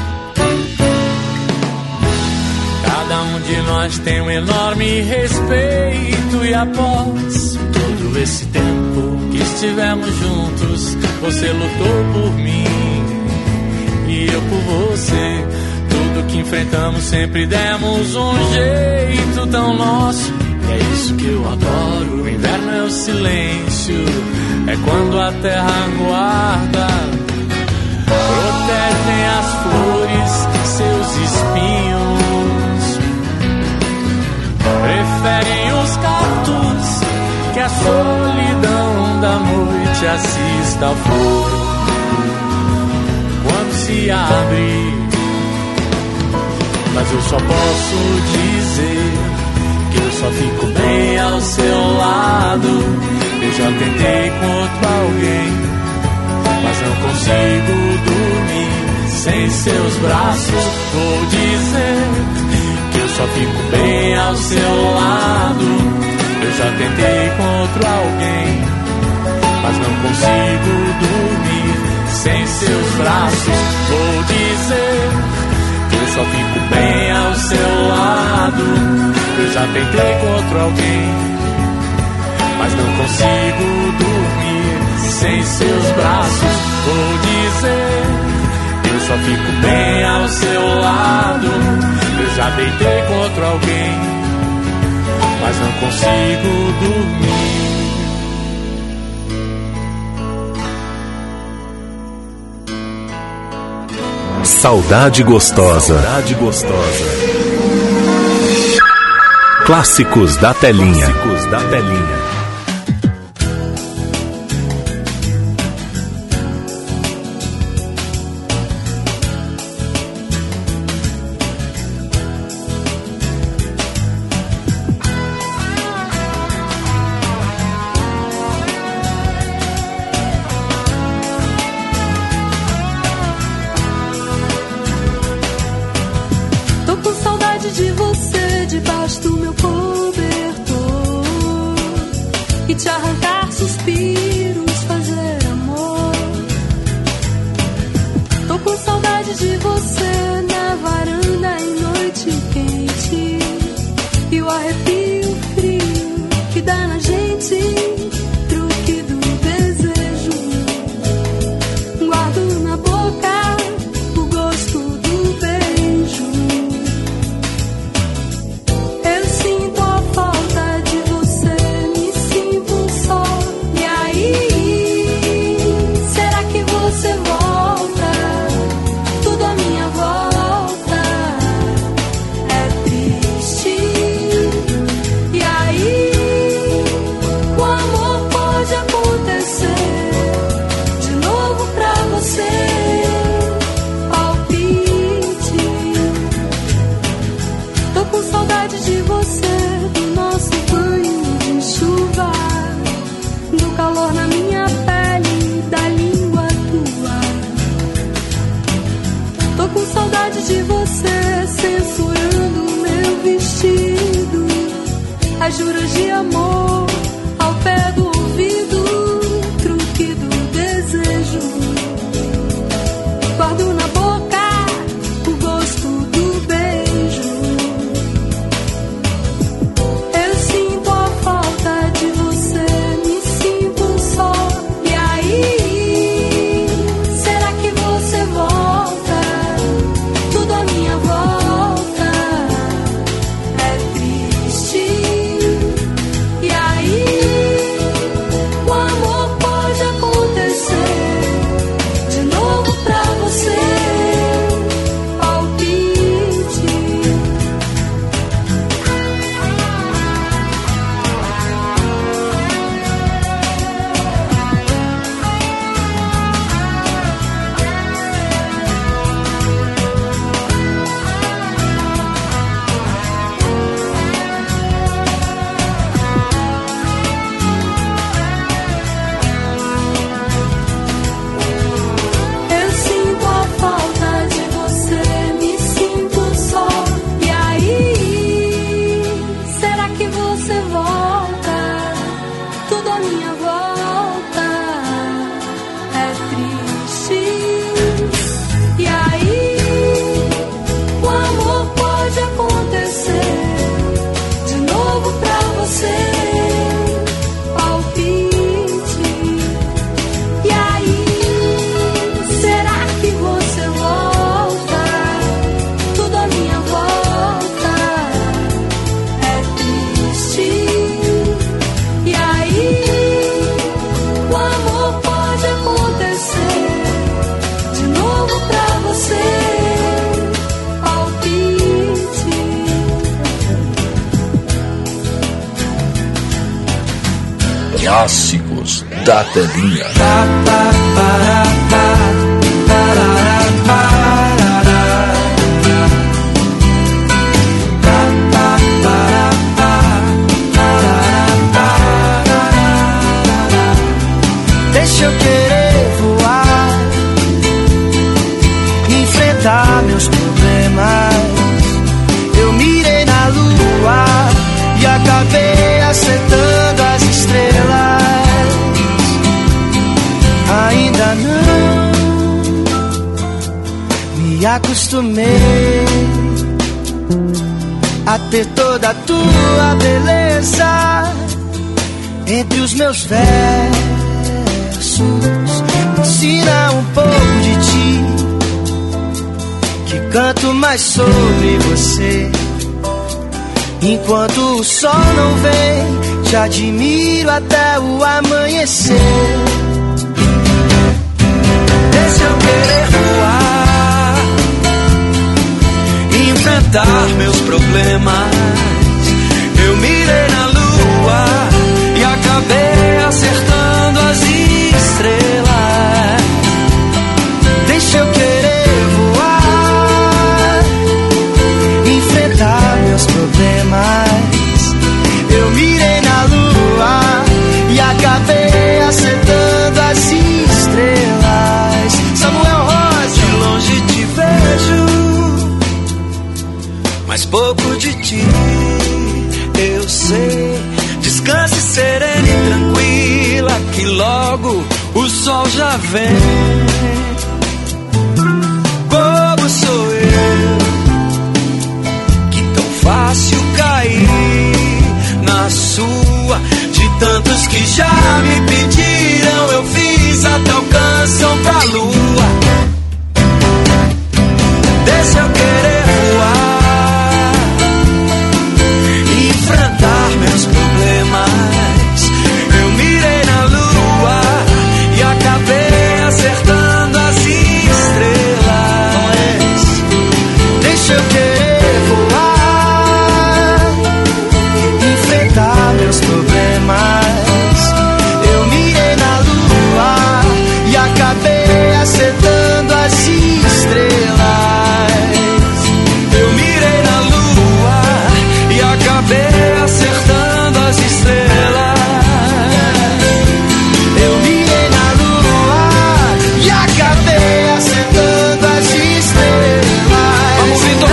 Cada um de nós tem um enorme respeito, e após todo esse tempo que estivemos juntos, você lutou por mim e eu por você. Tudo que enfrentamos sempre demos um jeito tão nosso, e é isso que eu adoro. O inverno é o silêncio, é quando a terra guarda. Protegem as flores, seus espinhos, preferem os cactos que a solidão da noite assista a flor. Quando se abre, mas eu só posso dizer que eu só fico bem ao seu lado. Eu já tentei com outro alguém, mas não consigo dormir sem seus braços. Vou dizer que eu só fico bem ao seu lado. Eu já tentei com outro alguém, mas não consigo dormir sem seus braços. Vou dizer que eu só fico bem ao seu lado. Eu já tentei com outro alguém, mas não consigo dormir sem seus braços. Vou dizer que eu só fico bem ao seu lado. Eu já deitei com outro alguém, mas não consigo dormir. Saudade gostosa. Saudade gostosa. Clássicos da Telinha. Clássicos da Telinha. Clássicos da Telinha. Deixa eu querer voar, enfrentar meus problemas. Eu mirei na lua e acabei acertando as estrelas. Ainda não me acostumei a ter toda a tua beleza entre os meus versos. Me ensina um pouco de ti, que canto mais sobre você. Enquanto o sol não vem, te admiro até o amanhecer. Deixa eu querer voar, enfrentar meus problemas. serena e tranquila, que logo o sol já vem. Bobo sou eu, que tão fácil cair na sua. De tantos que já me pediram, eu fiz até o canção pra lua. Deixa eu querer voar, enfrentar meus problemas. Eu mirei na lua e acabei acertando as estrelas. Deixa eu querer voar, enfrentar meus problemas. Eu mirei na lua e acabei acertando as estrelas. Eu mirei na lua e acabei acertando as estrelas. Eu mirei na lua e acabei acertando as estrelas. Vamos, Vitor!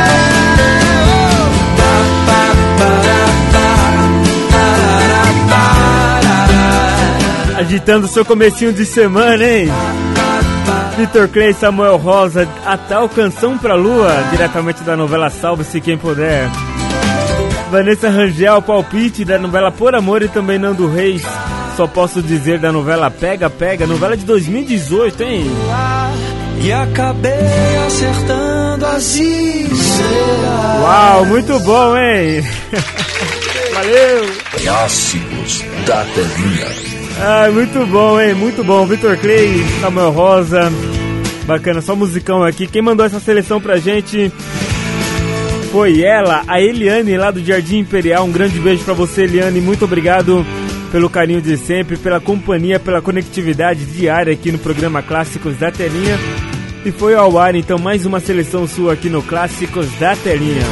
Agitando seu comecinho de semana, hein? Vitor Clay e Samuel Rosa, a tal canção pra lua, diretamente da novela Salve-se Quem Puder. Vanessa Rangel, palpite da novela Por Amor, e também Nando Reis, Só Posso Dizer, da novela Pega Pega, novela de dois mil e dezoito, hein? E acabei acertando as estrelas. Uau, muito bom, hein? Valeu! Clássicos da telinha. Ah, muito bom, hein? Muito bom. Vitor Clay, Samuel Rosa. Bacana, só musicão aqui. Quem mandou essa seleção pra gente foi ela, a Eliane, lá do Jardim Imperial. Um grande beijo pra você, Eliane. Muito obrigado pelo carinho de sempre, pela companhia, pela conectividade diária aqui no programa Clássicos da Telinha. E foi ao ar, então, mais uma seleção sua aqui no Clássicos da Telinha.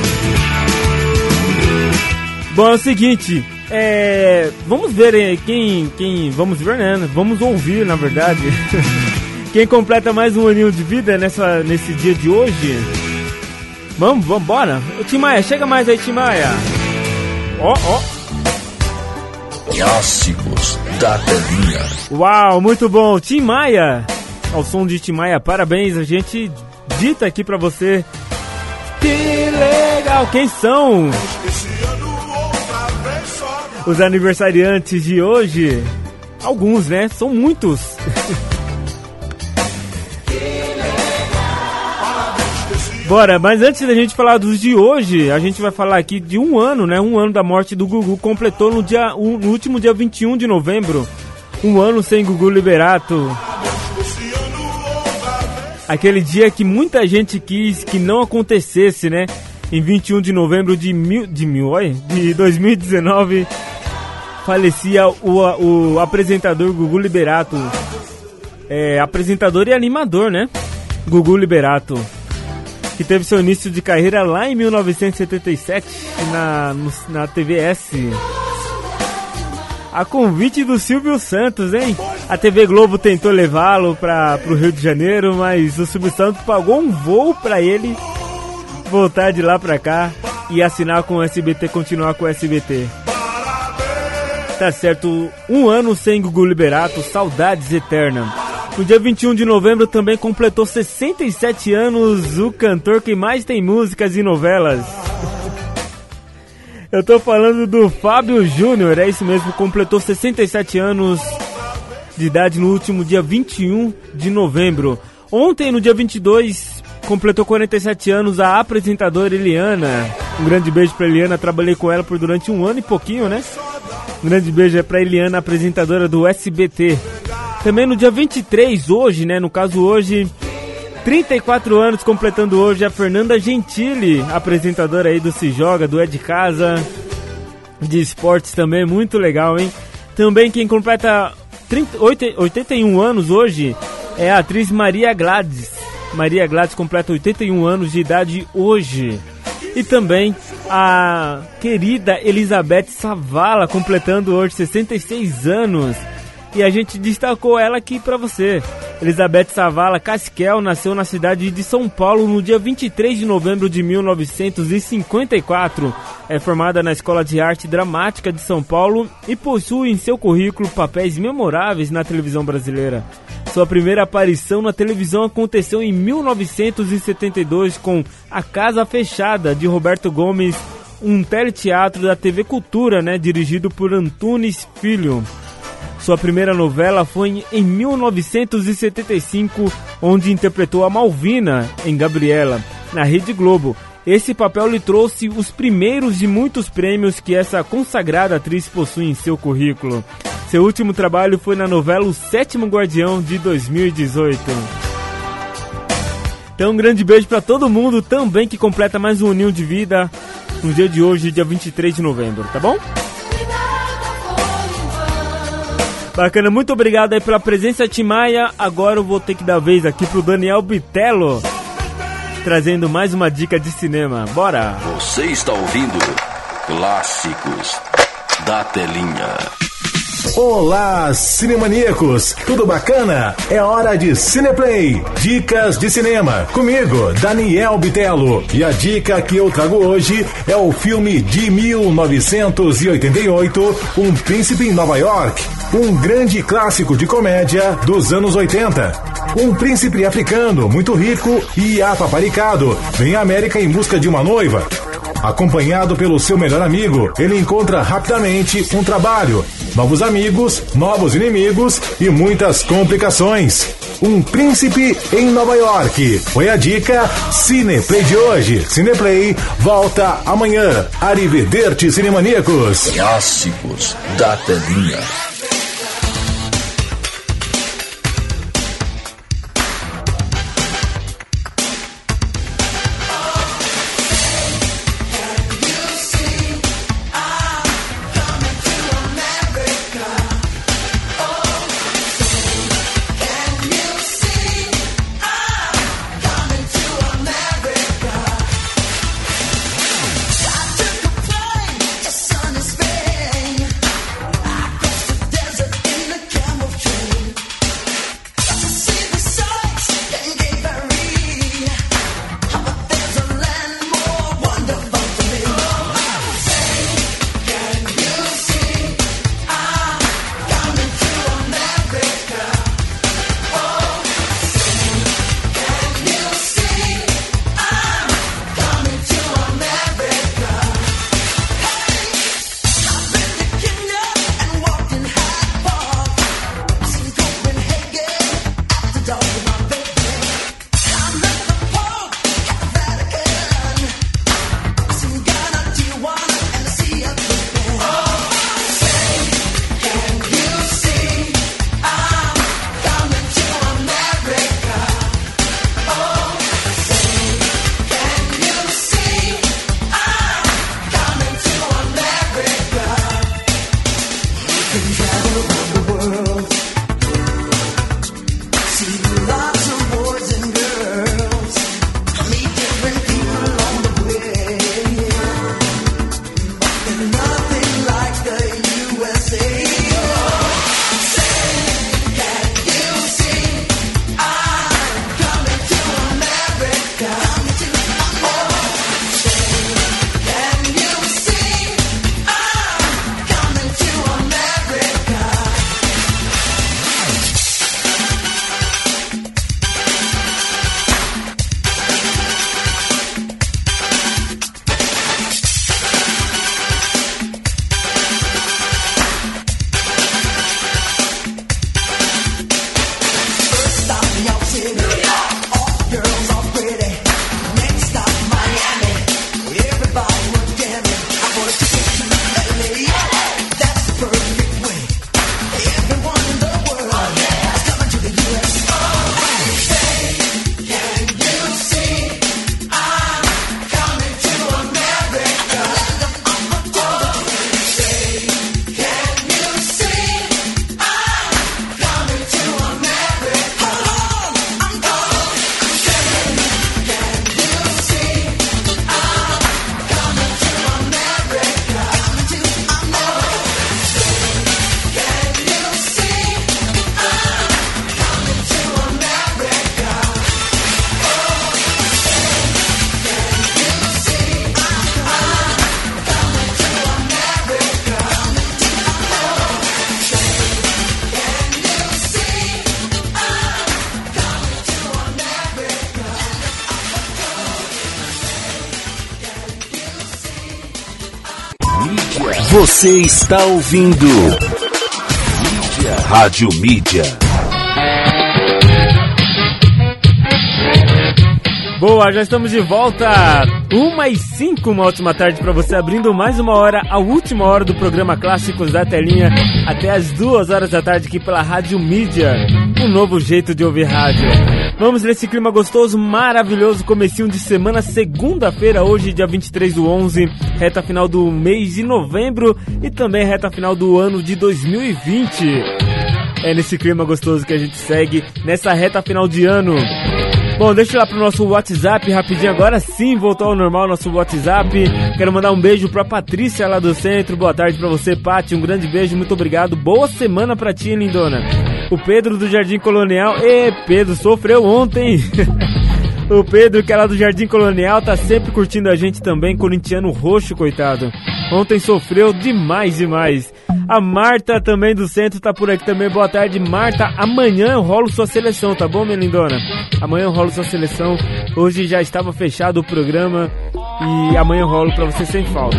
Bom, é o seguinte... É, vamos ver hein, quem, quem, vamos ver, né? Vamos ouvir, na verdade, quem completa mais um aninho de vida nessa, nesse dia de hoje. Vamos, vamos, bora. Ô, Tim Maia, chega mais aí, Tim Maia. Ó, ó. Clássicos da telinha. Uau, muito bom. Tim Maia, ao som de Tim Maia, parabéns. A gente dita aqui pra você. Que legal, quem são os aniversariantes de hoje? Alguns, né? São muitos. Bora, mas antes da gente falar dos de hoje, a gente vai falar aqui de um ano, né? Um ano da morte do Gugu. Completou no, dia, no último dia vinte e um de novembro. Um ano sem Gugu Liberato. Aquele dia que muita gente quis que não acontecesse, né? Em vinte e um de novembro de, mil, de, mil, oi, de dois mil e dezenove, falecia o, o apresentador Gugu Liberato. É, apresentador e animador, né? Gugu Liberato, que teve seu início de carreira lá em mil novecentos e setenta e sete na, no, na T V S. A convite do Silvio Santos, hein? A T V Globo tentou levá-lo para o Rio de Janeiro, mas o Silvio Santos pagou um voo para ele voltar de lá pra cá e assinar com o S B T, continuar com o S B T. Tá certo, um ano sem Gugu Liberato, saudades eternas. No dia vinte e um de novembro também completou sessenta e sete anos o cantor que mais tem músicas e novelas. Eu tô falando do Fábio Júnior, é isso mesmo, completou sessenta e sete anos de idade no último dia vinte e um de novembro. Ontem, no dia vinte e dois, completou quarenta e sete anos a apresentadora Eliana. Um grande beijo pra Eliana, trabalhei com ela por durante um ano e pouquinho, né? Um grande beijo é pra Eliana, apresentadora do S B T. Também no dia vinte e três, hoje, né? No caso hoje, trinta e quatro anos completando hoje a Fernanda Gentili, apresentadora aí do Se Joga, do É de Casa, de esportes também, muito legal, hein? Também quem completa trinta, oitenta e um anos hoje é a atriz Maria Gladys. Maria Gladys completa oitenta e um anos de idade hoje. E também a querida Elizabeth Savala, completando hoje sessenta e seis anos. E a gente destacou ela aqui pra você. Elizabeth Savala Casquel nasceu na cidade de São Paulo no dia vinte e três de novembro de mil novecentos e cinquenta e quatro. É formada na Escola de Arte Dramática de São Paulo e possui em seu currículo papéis memoráveis na televisão brasileira. Sua primeira aparição na televisão aconteceu em mil novecentos e setenta e dois com A Casa Fechada, de Roberto Gomes, um teleteatro da T V Cultura, né, dirigido por Antunes Filho. Sua primeira novela foi em mil novecentos e setenta e cinco, onde interpretou a Malvina em Gabriela, na Rede Globo. Esse papel lhe trouxe os primeiros de muitos prêmios que essa consagrada atriz possui em seu currículo. Seu último trabalho foi na novela O Sétimo Guardião, de dois mil e dezoito. Então um grande beijo para todo mundo também que completa mais um aninho de vida no dia de hoje, dia vinte e três de novembro, tá bom? Bacana, muito obrigado aí pela presença, Timaya. Agora eu vou ter que dar vez aqui pro Daniel Bitello, trazendo mais uma dica de cinema. Bora! Você está ouvindo Clássicos da Telinha. Olá, cinemaníacos! Tudo bacana? É hora de Cineplay, dicas de cinema, comigo, Daniel Bitello. E a dica que eu trago hoje é o filme de mil novecentos e oitenta e oito, Um Príncipe em Nova York, um grande clássico de comédia dos anos oitenta. Um príncipe africano muito rico e apaparicado vem à América em busca de uma noiva. Acompanhado pelo seu melhor amigo, ele encontra rapidamente um trabalho, novos amigos, novos inimigos e muitas complicações. Um Príncipe em Nova York foi a dica Cineplay de hoje. Cineplay volta amanhã. Arrivederci, cinemaníacos. Clássicos da Telinha. Você está ouvindo Mídia. Rádio Mídia. Boa, já estamos de volta. Uma e cinco, uma ótima tarde para você, abrindo mais uma hora, a última hora do programa Clássicos da Telinha, até as duas horas da tarde aqui pela Rádio Mídia. Um novo jeito de ouvir rádio. Vamos nesse clima gostoso, maravilhoso, comecinho de semana, segunda-feira, hoje, dia vinte e três do onze, reta final do mês de novembro e também reta final do ano de dois mil e vinte. É nesse clima gostoso que a gente segue nessa reta final de ano. Bom, deixa eu ir lá pro nosso WhatsApp rapidinho, agora sim voltou ao normal nosso WhatsApp. Quero mandar um beijo pra Patrícia lá do centro, boa tarde pra você, Paty, um grande beijo, muito obrigado, boa semana pra ti, lindona. O Pedro do Jardim Colonial, ê, Pedro, sofreu ontem. O Pedro, que é lá do Jardim Colonial, tá sempre curtindo a gente também, corintiano roxo, coitado. Ontem sofreu demais, demais. A Marta também do centro tá por aqui também, boa tarde, Marta. Amanhã eu rolo sua seleção, tá bom, minha lindona? Amanhã eu rolo sua seleção. Hoje já estava fechado o programa e amanhã eu rolo pra você sem falta.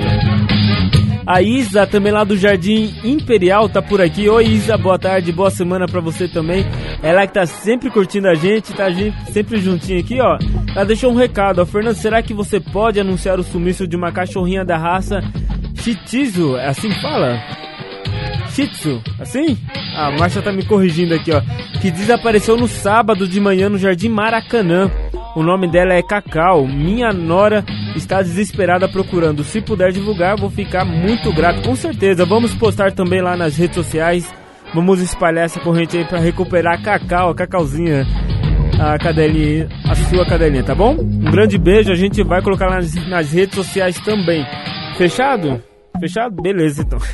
A Isa, também lá do Jardim Imperial, tá por aqui. Oi, Isa, boa tarde, boa semana pra você também. Ela que tá sempre curtindo a gente, tá sempre juntinho aqui, ó. Ela deixou um recado, ó. Fernando, será que você pode anunciar o sumiço de uma cachorrinha da raça Shih Tzu? É assim que fala? Shih Tzu, assim? A Márcia tá me corrigindo aqui, ó. Que desapareceu no sábado de manhã no Jardim Maracanã. O nome dela é Cacau. Minha nora está desesperada procurando. Se puder divulgar, vou ficar muito grato. Com certeza, vamos postar também lá nas redes sociais. Vamos espalhar essa corrente aí para recuperar a Cacau, a Cacauzinha, a cadelinha, a sua cadelinha, tá bom? Um grande beijo, a gente vai colocar lá nas, nas redes sociais também. Fechado? Fechado? Beleza, então.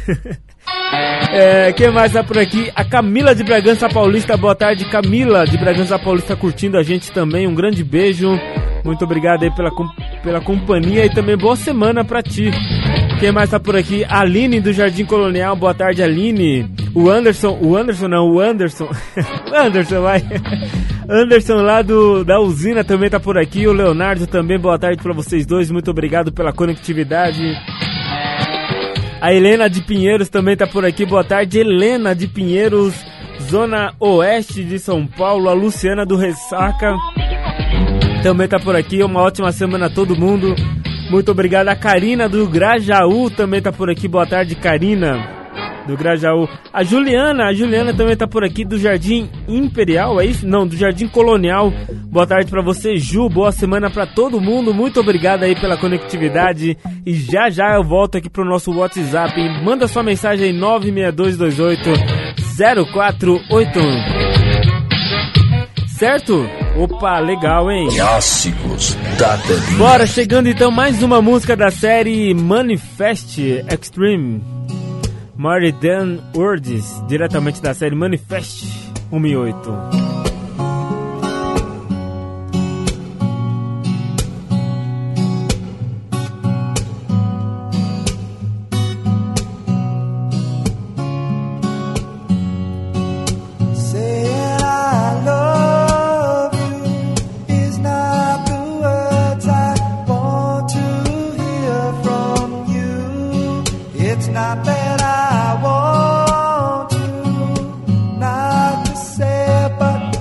É, quem mais tá por aqui? A Camila de Bragança Paulista, boa tarde, Camila de Bragança Paulista curtindo a gente também, um grande beijo, muito obrigado aí pela, pela companhia e também boa semana pra ti. Quem mais tá por aqui? A Aline do Jardim Colonial, boa tarde, Aline. O Anderson, o Anderson não, o Anderson, o Anderson vai, Anderson lá do, da usina também tá por aqui, o Leonardo também, boa tarde pra vocês dois, muito obrigado pela conectividade. A Helena de Pinheiros também tá por aqui, boa tarde, Helena de Pinheiros, zona oeste de São Paulo. A Luciana do Ressaca também tá por aqui, uma ótima semana a todo mundo, muito obrigado. A Karina do Grajaú também tá por aqui, boa tarde, Karina do Grajaú. A Juliana, a Juliana também tá por aqui do Jardim Imperial, é isso? Não, do Jardim Colonial. Boa tarde pra você, Ju, boa semana pra todo mundo, muito obrigado aí pela conectividade e já já eu volto aqui pro nosso WhatsApp. Manda sua mensagem aí, nove seis dois dois oito zero quatro oito um. Certo? Opa, legal, hein? Clássicos da Telinha. Bora, chegando então mais uma música da série Manifest Extreme. More Than Words, diretamente da série Manifest cento e oito. Not that I want to, not to say, but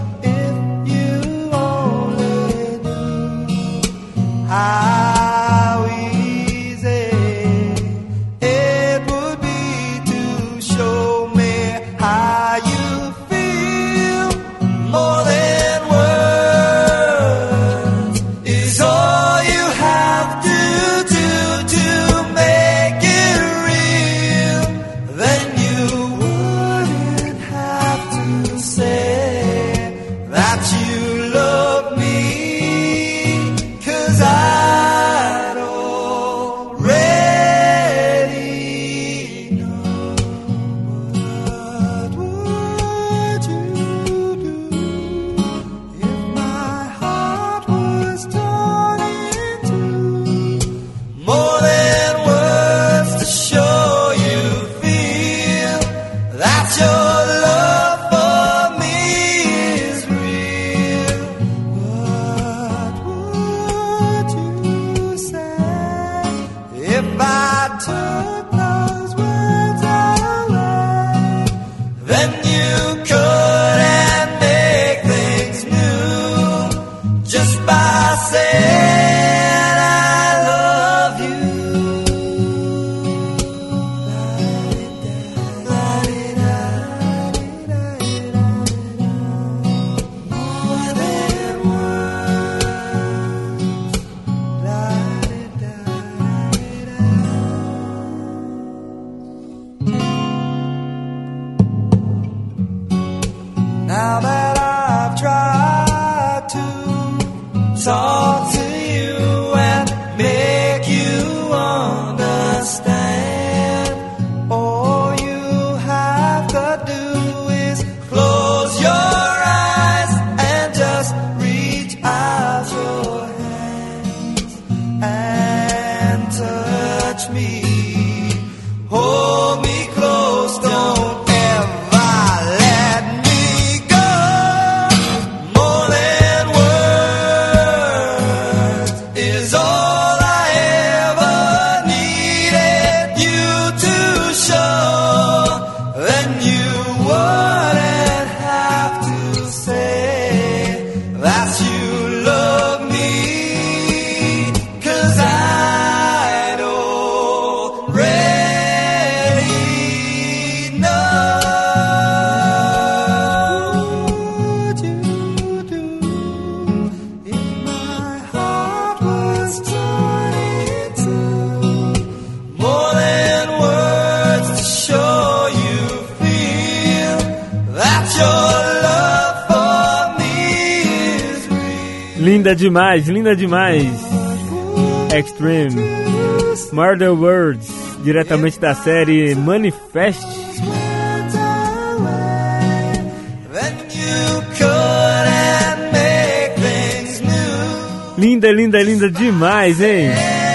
then you could and make things new just by saying I love you. More than now that I've tried to talk to you and make you understand, all you have to do is close your eyes and just reach out your hands and touch me. Hold me close, don't linda demais, linda demais. Extreme Murder Words, diretamente da série Manifest. Linda, linda, linda demais, hein?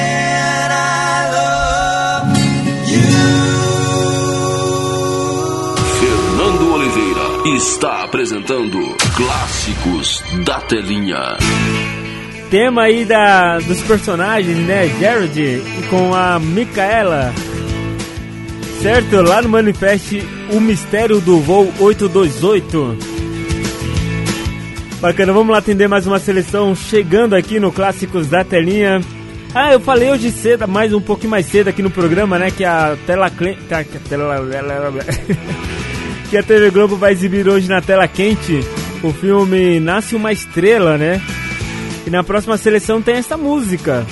Fernando Oliveira está apresentando Clássicos da Telinha. Tema aí da, dos personagens, né? Jared com a Micaela, certo? Lá no Manifest, O Mistério do Voo oito dois oito. Bacana, vamos lá atender mais uma seleção chegando aqui no Clássicos da Telinha. Ah, eu falei hoje cedo, mais um pouquinho mais cedo aqui no programa, né? Que a tela... Que a, tela que a T V Globo vai exibir hoje na tela quente o filme Nasce Uma Estrela, né? E na próxima seleção tem essa música.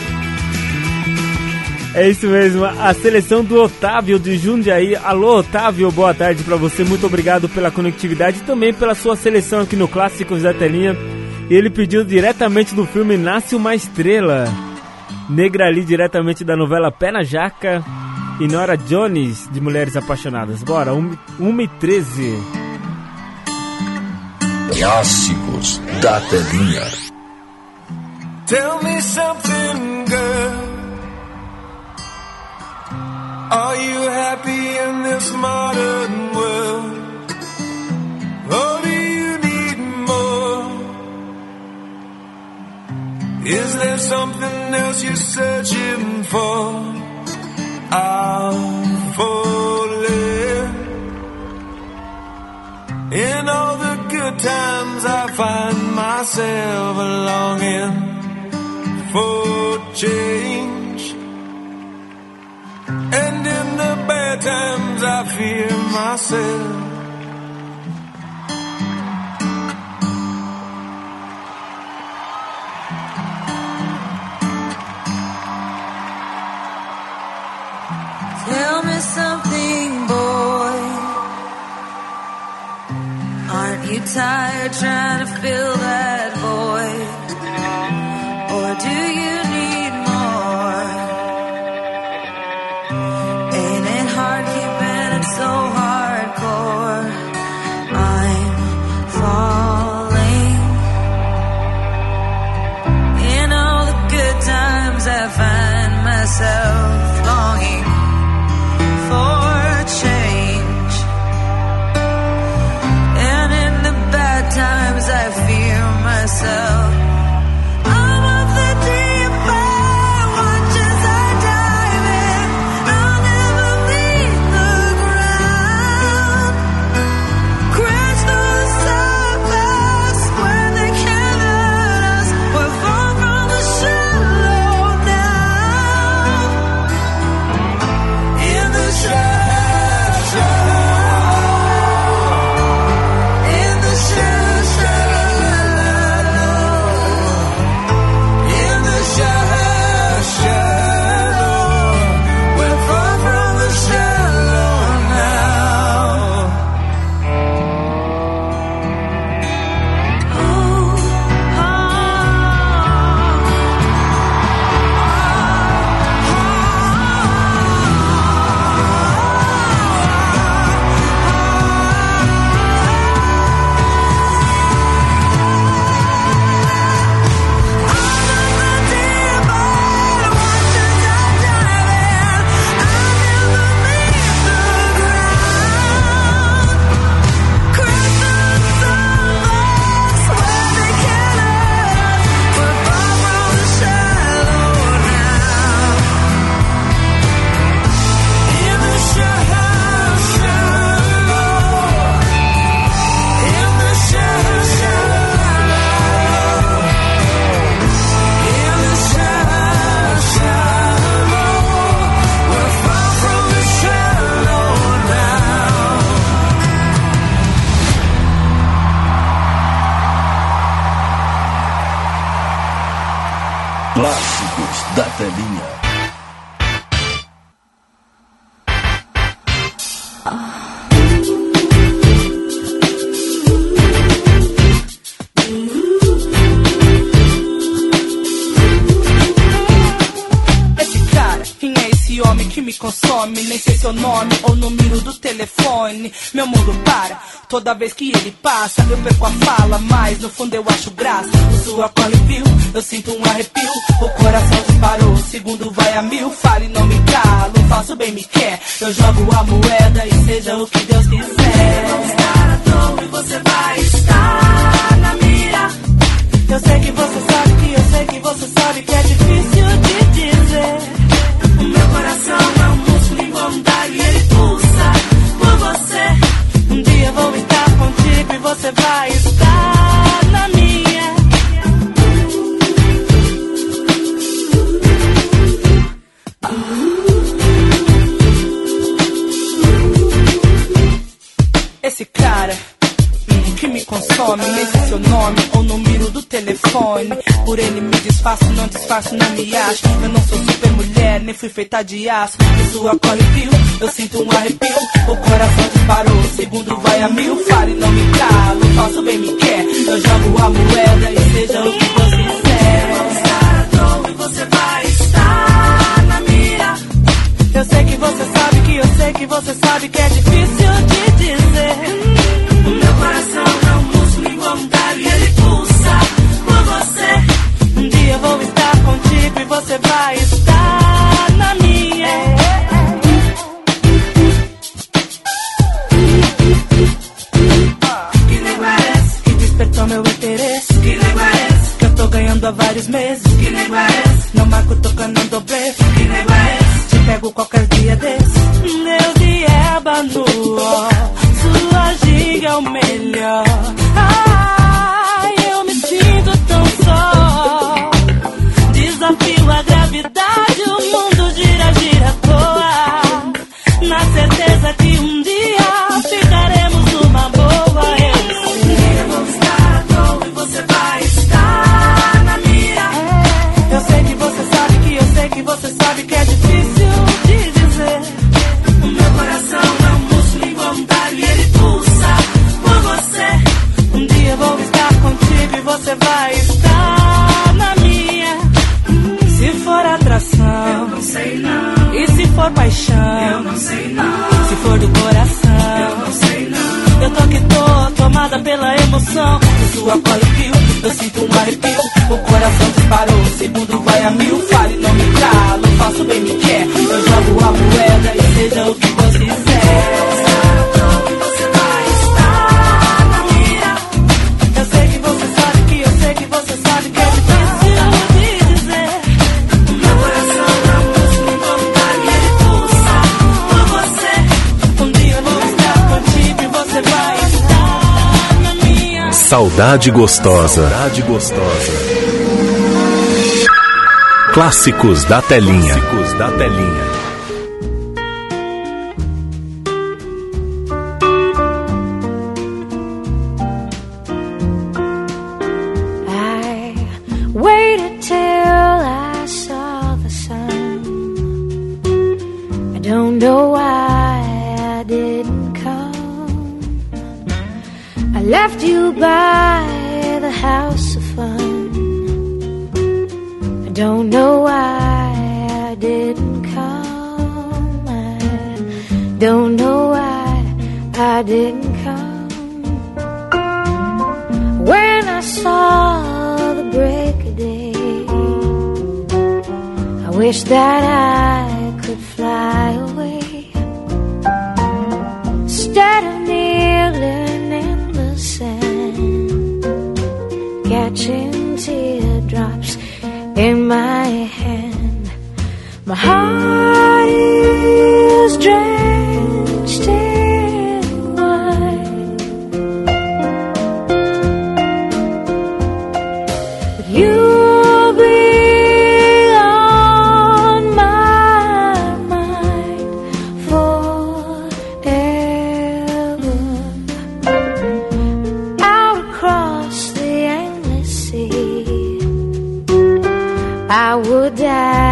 É isso mesmo, a seleção do Otávio de Jundiaí. Alô, Otávio, boa tarde pra você. Muito obrigado pela conectividade e também pela sua seleção aqui no Clássicos da Telinha. E ele pediu diretamente do filme Nasce Uma Estrela. Negra ali, diretamente da novela Pé na Jaca. E Nora Jones, de Mulheres Apaixonadas. Bora, uma e treze. Clássicos da Telinha. Tell me something, girl. Are you happy in this modern world? Or do you need more? Is there something else you're searching for? I'm falling. In all the good times I find myself longing for change, and in the bad times I fear myself. Tell me something, boy. Aren't you tired trying to fill that void? Or do you need more? Ain't it hard keeping it so hardcore? I'm falling. In all the good times I find myself longing for change, and in the bad times I fear myself. da Telinha. Homem que me consome, nem sei seu nome ou número do telefone. Meu mundo para, toda vez que ele passa eu perco a fala, mas no fundo eu acho graça. O sua corre viu, eu sinto um arrepio. O coração disparou, o segundo vai a mil. Fale, não me calo, faço bem me quer. Eu jogo a moeda e seja o que Deus quiser. Vamos estar à toa e você vai estar na mira. Eu sei que você sabe que eu sei que você sabe que é difícil de dizer. O meu coração é um músculo involuntário e ele pulsa por você. Um dia vou estar contigo e você vai estar na minha. Esse cara que me consome, nem sei seu nome ou número do telefone. Por ele me disfarço, não disfarço, não me acho. Eu não sou super mulher, nem fui feita de aço. E sua corre viu, eu sinto um arrepio. O coração disparou, o segundo vai a mil. Fale, não me calo, faço bem me quer. Eu jogo a moeda e seja o que você quiser. Vamos estar à toa e você vai estar na mira. Eu sei que você sabe que eu sei que você sabe que é difícil de dizer. O meu coração é um músculo involuntário e ele pulsa por você. Um dia vou estar contigo e você vai estar na minha. Que nego é esse que despertou meu interesse? Que nego é esse que eu tô ganhando há vários meses? Que nego é esse? Não marco tocando um doble. Que nego é esse? Te pego qualquer dia desse. Meu dia é banua, sua giga é o melhor. Ai, eu me sinto tão só. Desafio a gravidade, o mundo gira, gira à toa. Na certeza que um dia ficaremos numa boa. Eu um dia vou estar à toa e você vai estar na mira. Eu sei que você sabe que eu sei que você sabe que é difícil de dizer. O meu coração é um músculo involuntário e ele pulsa por você. Um dia vou estar contigo e você vai estar na minha. Se for atração, eu não sei não. E se for paixão, eu não sei não. Se for do coração, eu não sei não. Eu tô que tô, tomada pela emoção. O sua cola viu, eu sinto um arrepio. O coração disparou, o segundo vai a mil. Fale, não me calo, faço bem me quer. Eu jogo a moeda e seja o que você quiser. Você vai estar na mira. Eu sei que você sabe que eu sei que você sabe que é difícil de dizer. O meu coração é um músculo involuntário e ele pulsa por você. Um dia eu vou estar contigo e você vai estar na minha. Saudade gostosa. Saudade gostosa. Clássicos da Telinha. Clássicos da Telinha. Left you by the house of fun. I don't know why I didn't come. I don't know why I didn't come. When I saw the break of day, I wish that I could fly away instead of kneeling in the sand, catching teardrops in my hand. My heart is drenched in wine, but you'll be on my mind forever. Out across the endless sea, I would die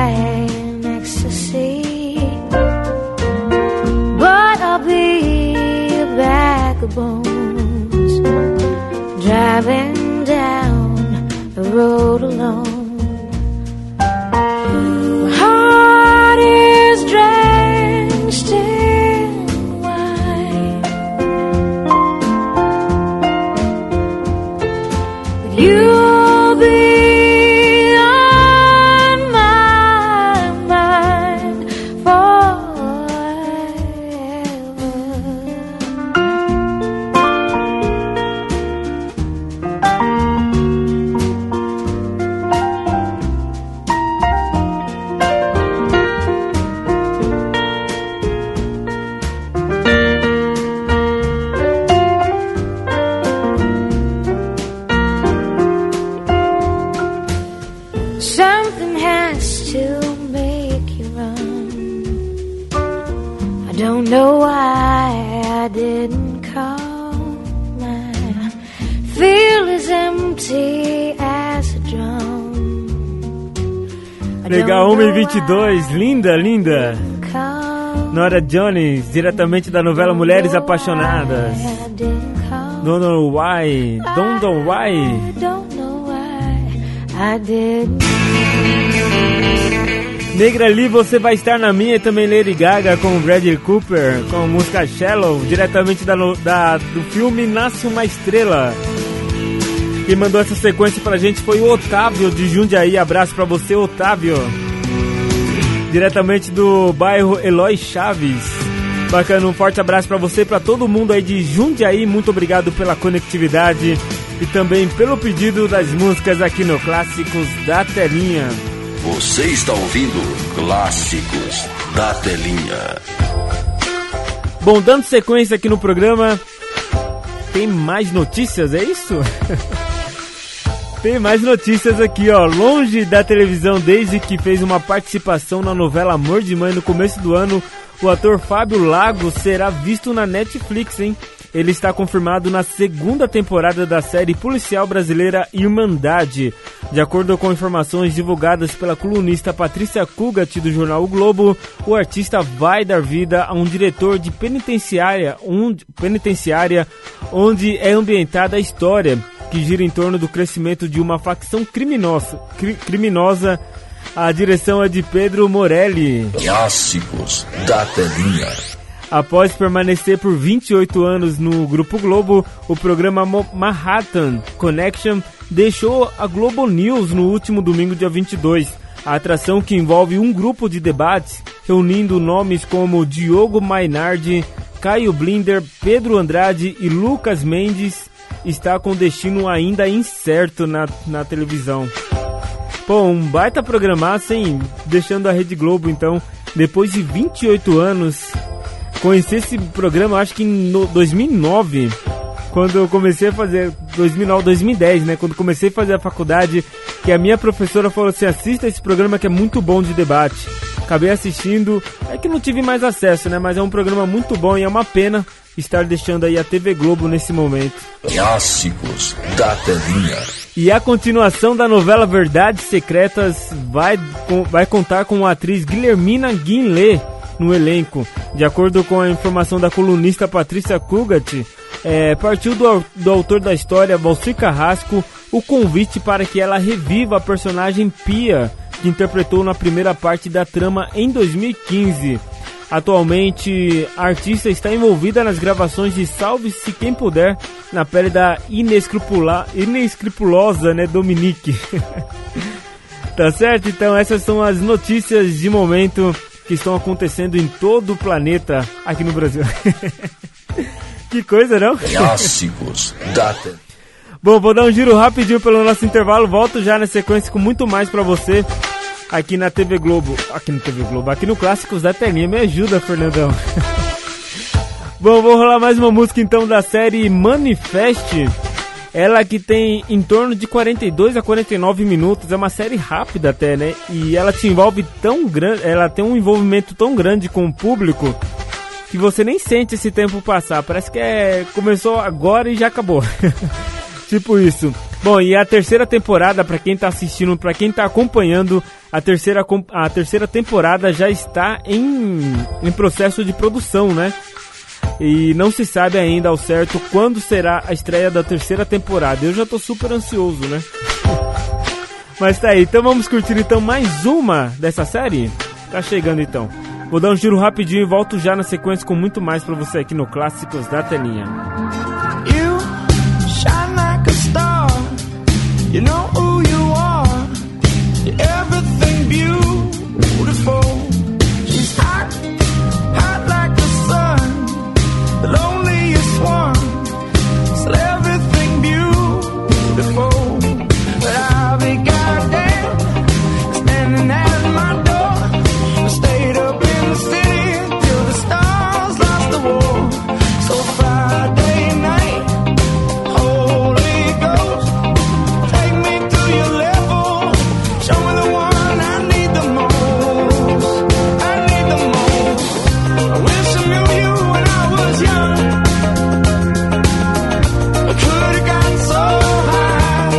bag of bones, driving down the road alone. My heart is drenched in wine, but you'll be on my mind forever. Something has to make you run. I don't know why I didn't call. My feel as empty as a drum. I Legal, don't uma e know vinte e dois, linda, linda. call. Nora Jones, diretamente da novela Mulheres Apaixonadas. I didn't call. Don't know why, don't know why. I don't know why I didn't. Negra ali, você vai estar na minha e também Lady Gaga com o Bradley Cooper, com a música Shallow, diretamente da, no- da- do filme Nasce Uma Estrela. Quem mandou essa sequência pra gente foi o Otávio de Jundiaí. Abraço pra você, Otávio. Diretamente do bairro Eloy Chaves. Bacana, um forte abraço pra você e pra todo mundo aí de Jundiaí. Muito obrigado pela conectividade e também pelo pedido das músicas aqui no Clássicos da Telinha. Você está ouvindo Clássicos da Telinha. Bom, dando sequência aqui no programa, tem mais notícias, é isso? Tem mais notícias aqui, ó. Longe da televisão desde que fez uma participação na novela Amor de Mãe no começo do ano, o ator Fábio Lago será visto na Netflix, hein? Ele está confirmado na segunda temporada da série policial brasileira Irmandade. De acordo com informações divulgadas pela colunista Patrícia Kugat do jornal O Globo, o artista vai dar vida a um diretor de penitenciária, um, penitenciária onde é ambientada a história, que gira em torno do crescimento de uma facção criminosa. Cri, criminosa. A direção é de Pedro Morelli. Clássicos da Telinha. Após permanecer por vinte e oito anos no Grupo Globo, o programa Manhattan Connection deixou a Globo News no último domingo, dia vinte e dois. A atração, que envolve um grupo de debates, reunindo nomes como Diogo Mainardi, Caio Blinder, Pedro Andrade e Lucas Mendes, está com destino ainda incerto na, na televisão. Pô, um baita programaço, hein? Deixando a Rede Globo, então, depois de vinte e oito anos... Conheci esse programa, acho que em dois mil e nove, quando eu comecei a fazer, dois mil e nove, dois mil e dez, né? Quando comecei a fazer a faculdade, que a minha professora falou assim, assista esse programa que é muito bom de debate. Acabei assistindo, é que não tive mais acesso, né? Mas é um programa muito bom e é uma pena estar deixando aí a T V Globo nesse momento. Clássicos da Telinha. E a continuação da novela Verdades Secretas vai, vai contar com a atriz Guilhermina Guinlé no elenco. De acordo com a informação da colunista Patrícia Kugat, é, partiu do, do autor da história, Valcir Carrasco, o convite para que ela reviva a personagem Pia, que interpretou na primeira parte da trama em dois mil e quinze. Atualmente, a artista está envolvida nas gravações de Salve-se Quem Puder, na pele da inescrupula, inescrupulosa, né, Dominique. Tá certo? Então essas são as notícias de momento que estão acontecendo em todo o planeta aqui no Brasil. Que coisa, não? Clássicos da Telinha. Bom, vou dar um giro rapidinho pelo nosso intervalo. Volto já na sequência com muito mais pra você aqui na T V Globo. Aqui no T V Globo, aqui no Clássicos da Telinha. Me ajuda, Fernandão. Bom, vou rolar mais uma música então da série Manifest. Ela que tem em torno de quarenta e dois a quarenta e nove minutos, é uma série rápida até, né? E ela te envolve tão grande, ela tem um envolvimento tão grande com o público que você nem sente esse tempo passar. Parece que é, começou agora e já acabou. Tipo isso. Bom, e a terceira temporada, pra quem tá assistindo, pra quem tá acompanhando, a terceira, a terceira temporada já está em, em processo de produção, né? E não se sabe ainda ao certo quando será a estreia da terceira temporada. Eu já tô super ansioso, né? Mas tá aí, então vamos curtir então mais uma dessa série? Tá chegando então. Vou dar um giro rapidinho e volto já na sequência com muito mais pra você aqui no Clássicos da Telinha. You shine like a star. You know who you are. You're everything beautiful. She's hot, hot like the sun. The loneliest one. Still everything beautiful. But I'll be goddamn standing at my door. I stayed up in the city till the stars lost the war. So Friday night, Holy Ghost, take me to your level. Show me the one I need the most. I need the most. I wish I knew you when I was young. I could have got so high.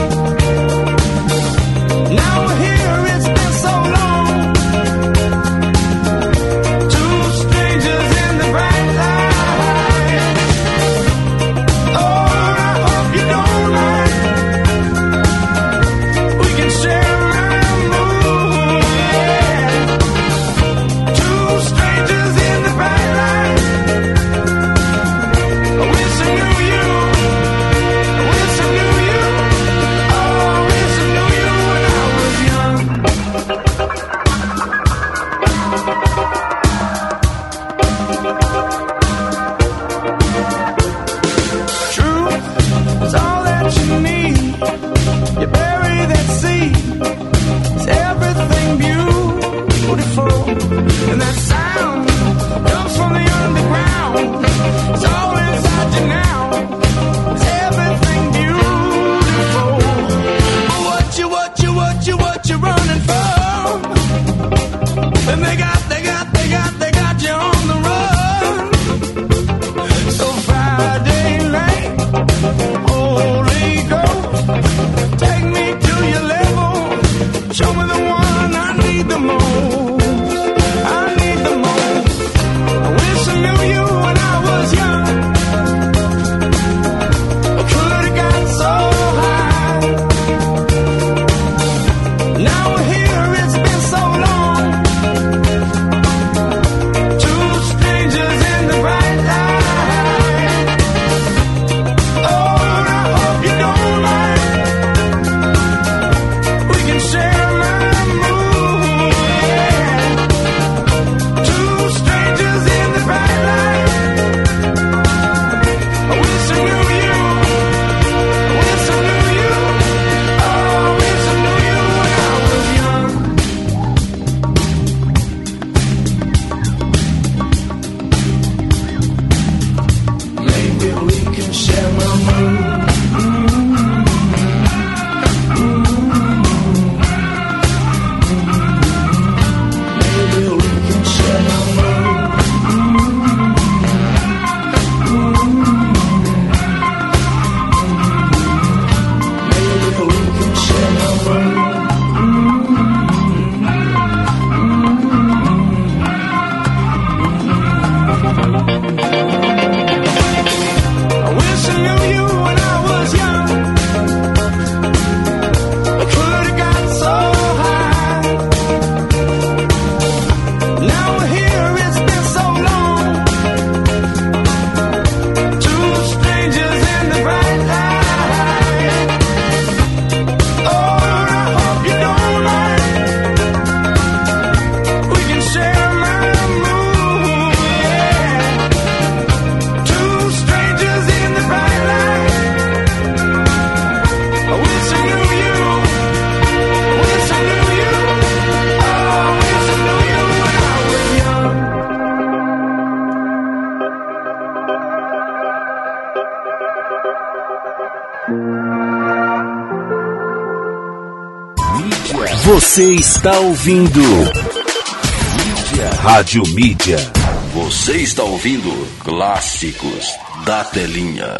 Now we're here, it's been so long. Two strangers in the bright light. Oh, I hope you don't mind. We can share my mood, yeah. Two strangers in the bright light. I wish I knew you. I wish I knew you. Oh, I wish I knew you when I was young. Truth is all that you need. You bury that seed. It's everything beautiful. And that sound comes from the underground. It's all inside you now. It's everything beautiful. What you, what you, what you, what you running from? And they got, they got, they got, they got you on the run. So Friday night, Holy Ghost, take me to your level. Show me the one I need the most. I need the most. I wish I knew you when I was young. I could have got so high. Now we're here, it's been so long. Two strangers in the bright light. Oh, I hope you don't mind. We can share my mood, yeah. Two strangers in the bright light. I wish I knew you. I wish I knew you. Oh, I wish I knew you when I was young. Maybe we can share my mood. Maybe we can share my mood. Maybe we can share my mood. I wish I knew you when I was young. I could have got so high. Now we're here, it's been so long. Two strangers in the bright light. Oh, I hope you don't mind. We can share my mood, yeah. Two strangers in the bright light. I wish I knew you. I wish I knew you. Oh, I wish I knew you when I was young. Você está ouvindo Mídia. Rádio Mídia. Você está ouvindo Clássicos da Telinha.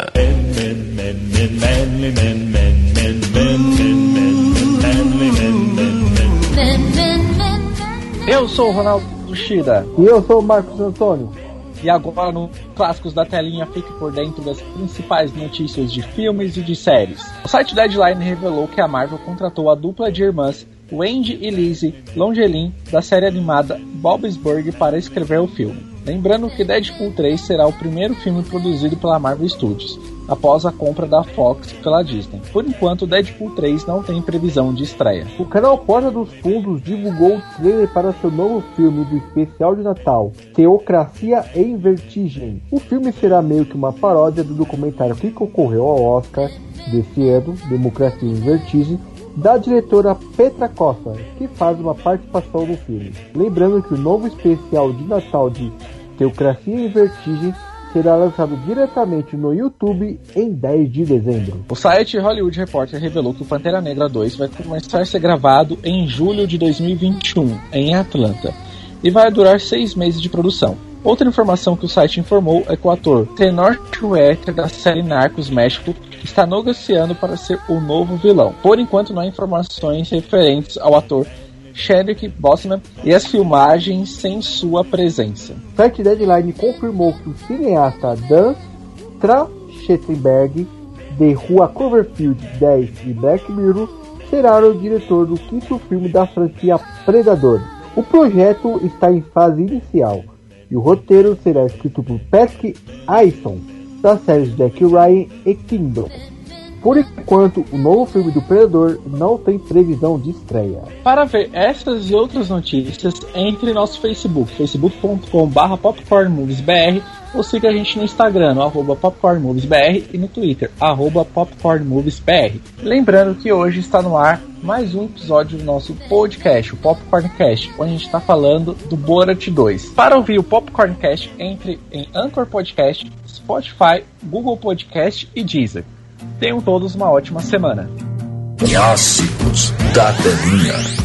Eu sou o Ronaldo Shida. E eu sou o Marcos Antônio. E agora no Clássicos da Telinha, fique por dentro das principais notícias de filmes e de séries. O site Deadline revelou que a Marvel contratou a dupla de irmãs Wendy e Lizzie Longelin da série animada Bob's Burgers para escrever o filme. Lembrando que Deadpool três será o primeiro filme produzido pela Marvel Studios, após a compra da Fox pela Disney. Por enquanto, Deadpool três não tem previsão de estreia. O canal Porta dos Fundos divulgou o trailer para seu novo filme do especial de Natal, Teocracia em Vertigem. O filme será meio que uma paródia do documentário que concorreu ao Oscar desse ano, Democracia em Vertigem, da diretora Petra Costa, que faz uma participação no filme. Lembrando que o novo especial de Natal de Teocracia em Vertigem será lançado diretamente no YouTube em dez de dezembro. O site Hollywood Reporter revelou que o Pantera Negra dois vai começar a ser gravado em julho de dois mil e vinte e um, em Atlanta, e vai durar seis meses de produção. Outra informação que o site informou é que o ator Tenor Schwerter da série Narcos México está negociando para ser o novo vilão. Por enquanto não há informações referentes ao ator Chadwick Boseman e as filmagens sem sua presença. O site Deadline confirmou que o cineasta Dan Trachtenberg, de Rua Cloverfield dez e Black Mirror, será o diretor do quinto filme da franquia Predador. O projeto está em fase inicial e o roteiro será escrito por Patrick Aison, das séries Jack Ryan e Kingdom. Por enquanto, o novo filme do Predador não tem previsão de estreia. Para ver essas e outras notícias, entre em nosso Facebook, facebook ponto com barra popcornmoviesbr, ou siga a gente no Instagram, no arroba popcornmoviesbr, e no Twitter, arroba popcornmoviesbr. Lembrando que hoje está no ar mais um episódio do nosso podcast, o Popcorncast, onde a gente está falando do Borat dois. Para ouvir o Popcorncast, entre em Anchor Podcast, Spotify, Google Podcast e Deezer. Tenham todos uma ótima semana. Clássicos da Telinha.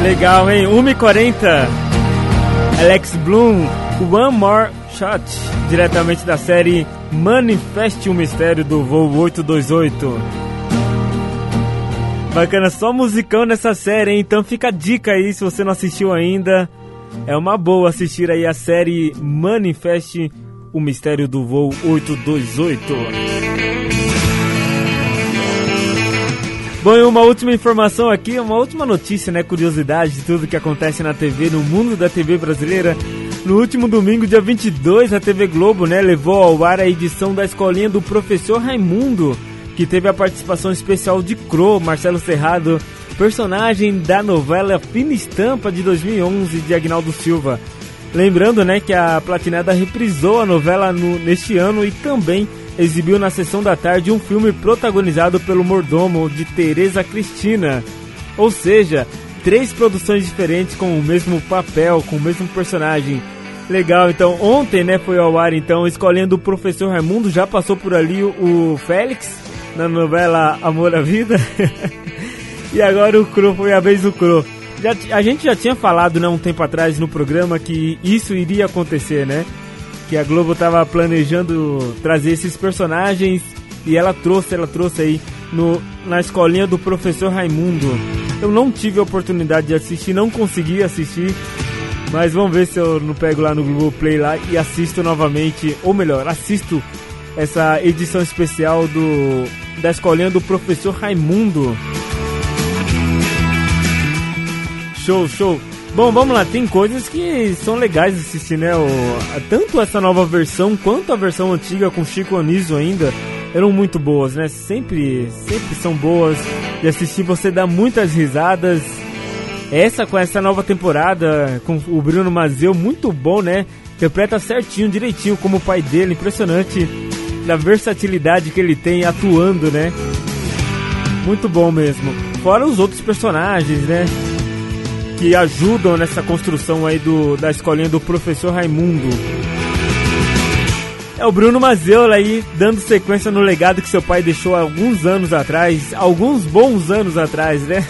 Legal, hein? uma e quarenta. Alex Bloom, One More Shot, diretamente da série Manifeste o Mistério do Voo oito dois oito. Bacana, só musicão nessa série, hein? Então fica a dica aí, se você não assistiu ainda. É uma boa assistir aí a série Manifeste o Mistério do Voo oito dois oito. Bom, e uma última informação aqui, uma última notícia, né? Curiosidade de tudo que acontece na T V, no mundo da T V brasileira. No último domingo, dia vinte e dois, a T V Globo, né, levou ao ar a edição da Escolinha do Professor Raimundo, que teve a participação especial de Cro, Marcelo Serrado, personagem da novela Fina Estampa de dois mil e onze de Agnaldo Silva. Lembrando, né, que a Platinada reprisou a novela no, neste ano e também exibiu na sessão da tarde um filme protagonizado pelo mordomo de Tereza Cristina. Ou seja, três produções diferentes com o mesmo papel, com o mesmo personagem. Legal, então ontem, né, foi ao ar então Escolinha do Professor Raimundo, já passou por ali o, o Félix na novela Amor à Vida. E agora o Cro, foi a vez do Cro. Já, a gente já tinha falado, né, um tempo atrás no programa que isso iria acontecer, né? Que a Globo estava planejando trazer esses personagens e ela trouxe, ela trouxe aí no, na Escolinha do Professor Raimundo. Eu não tive a oportunidade de assistir, não consegui assistir, mas vamos ver se eu não pego lá no Globoplay lá e assisto novamente, ou melhor, assisto essa edição especial do, da Escolinha do Professor Raimundo. Show, show. Bom, vamos lá, tem coisas que são legais de assistir, né? O, tanto essa nova versão quanto a versão antiga com Chico Anísio ainda eram muito boas, né? Sempre, sempre são boas de assistir, você dá muitas risadas. Essa com essa nova temporada, com o Bruno Mazzeo, muito bom, né? Interpreta certinho, direitinho como o pai dele, impressionante da versatilidade que ele tem atuando, né? Muito bom mesmo. Fora os outros personagens, né? Que ajudam nessa construção aí do, da Escolinha do Professor Raimundo. É o Bruno Mazzeo aí dando sequência no legado que seu pai deixou há alguns anos atrás, alguns bons anos atrás, né?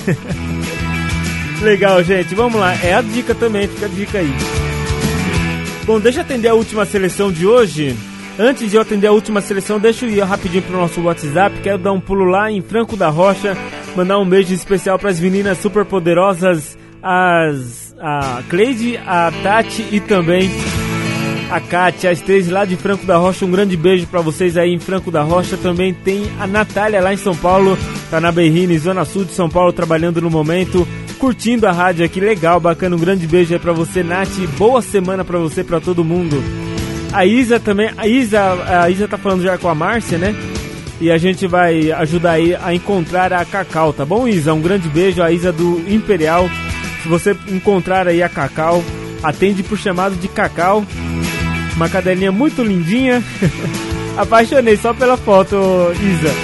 Legal, gente, vamos lá, é a dica também, fica a dica aí. Bom, deixa eu atender a última seleção de hoje. Antes de eu atender a última seleção, deixa eu ir rapidinho pro nosso WhatsApp, quero dar um pulo lá em Franco da Rocha, mandar um beijo especial para as meninas super poderosas, as, a Cleide, a Tati e também a Kátia, as três lá de Franco da Rocha. Um grande beijo pra vocês aí em Franco da Rocha. Também tem a Natália lá em São Paulo, tá na Berrine, Zona Sul de São Paulo, trabalhando no momento, curtindo a rádio aqui, legal, bacana. Um grande beijo aí pra você, Nath, boa semana pra você, pra todo mundo. A Isa também, a Isa, a Isa tá falando já com a Márcia, né? E a gente vai ajudar aí a encontrar a Cacau, tá bom, Isa? Um grande beijo, a Isa do Imperial. Se você encontrar aí a Cacau, atende por chamado de Cacau. Uma cadelinha muito lindinha. Apaixonei só pela foto, Isa.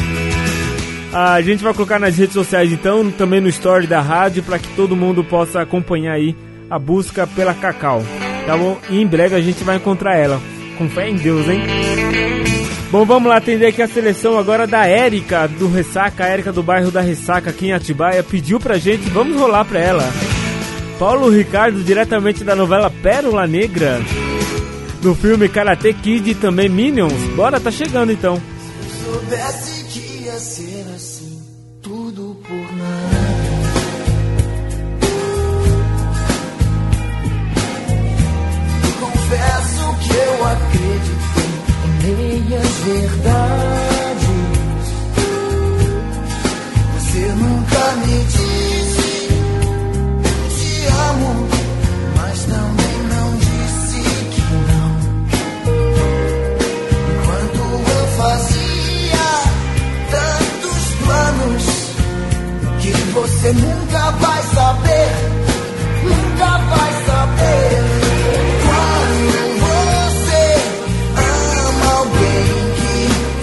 A gente vai colocar nas redes sociais então, também no story da rádio, para que todo mundo possa acompanhar aí a busca pela Cacau, tá bom? E em breve a gente vai encontrar ela. Com fé em Deus, hein? Bom, vamos lá atender aqui a seleção agora da Érica do Ressaca. A Érica do bairro da Ressaca aqui em Atibaia pediu pra gente, vamos rolar pra ela. Paulo Ricardo, diretamente da novela Pérola Negra, do filme Karate Kid e também Minions. Bora, tá chegando então. Se soubesse que ia ser assim, tudo por nada. Confesso que eu acreditei em meias verdades. Você nunca me disse te amo, mas também não disse que não. Enquanto eu fazia tantos planos que você nunca vai saber, nunca vai saber. Quando você ama alguém que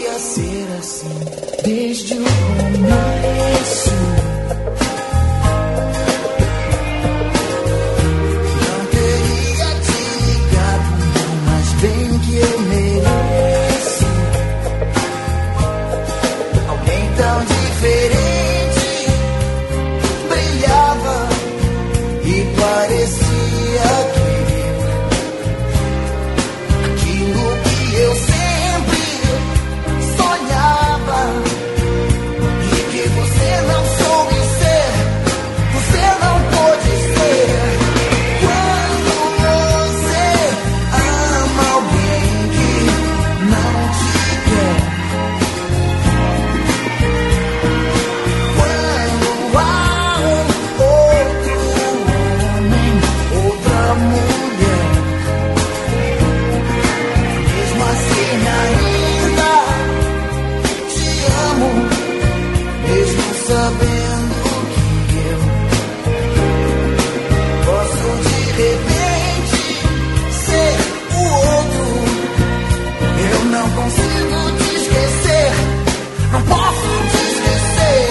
ia ser assim desde o começo. Não teria te ligado, não, mas bem que eu mereço alguém tão diferente. Brilhava e parecia querer aquilo que eu sempre sonhava e que você não soube ser, você não pôde ser. Quando você ama alguém que não te quer, quando há um outro homem, outra mulher, mesmo assim ainda te amo, mesmo sabendo que eu posso de repente ser o outro. Eu não consigo te esquecer, não posso te esquecer.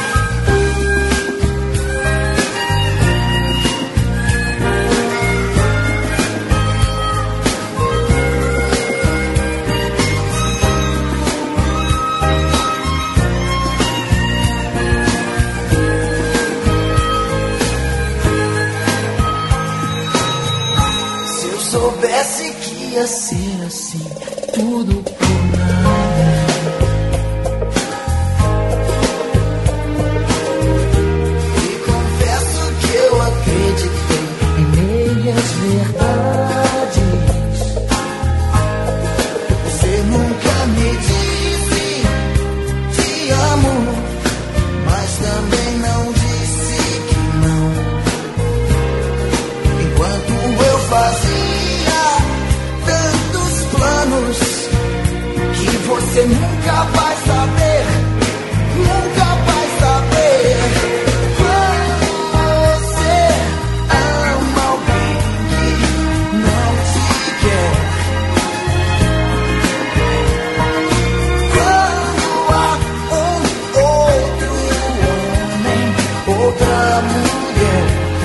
Se eu soubesse que ia ser assim, tudo por nada. E confesso que eu acreditei em meias verdades. Você nunca me disse te amo, mas também não disse que não. Enquanto eu fazia tantos planos que você nunca vai saber, nunca vai saber. Quando você ama alguém que não te quer, quando há um outro homem, outra mulher,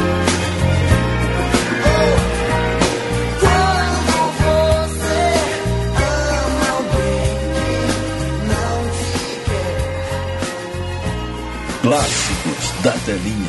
quando você ama alguém que não te quer. Clássicos da telinha.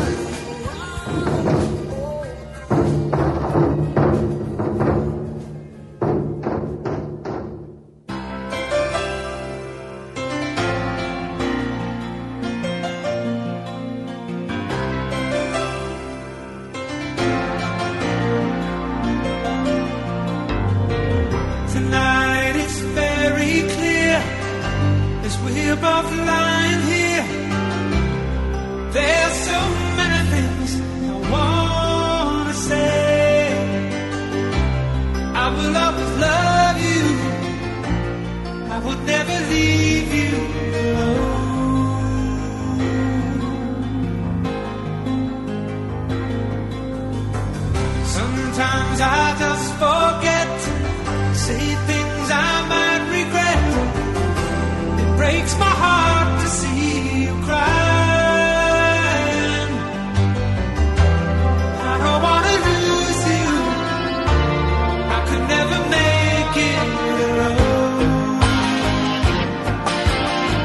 Tonight it's very clear as we're both lying here. There's so many things I wanna say. I will always love you. I would never leave you alone. Sometimes I just forget, say things I might regret. It breaks my heart to see you crying. I don't wanna lose you. I could never make it alone.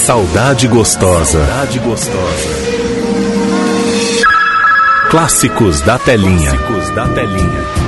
Saudade gostosa. Saudade gostosa. Clássicos da telinha. Clássicos da telinha.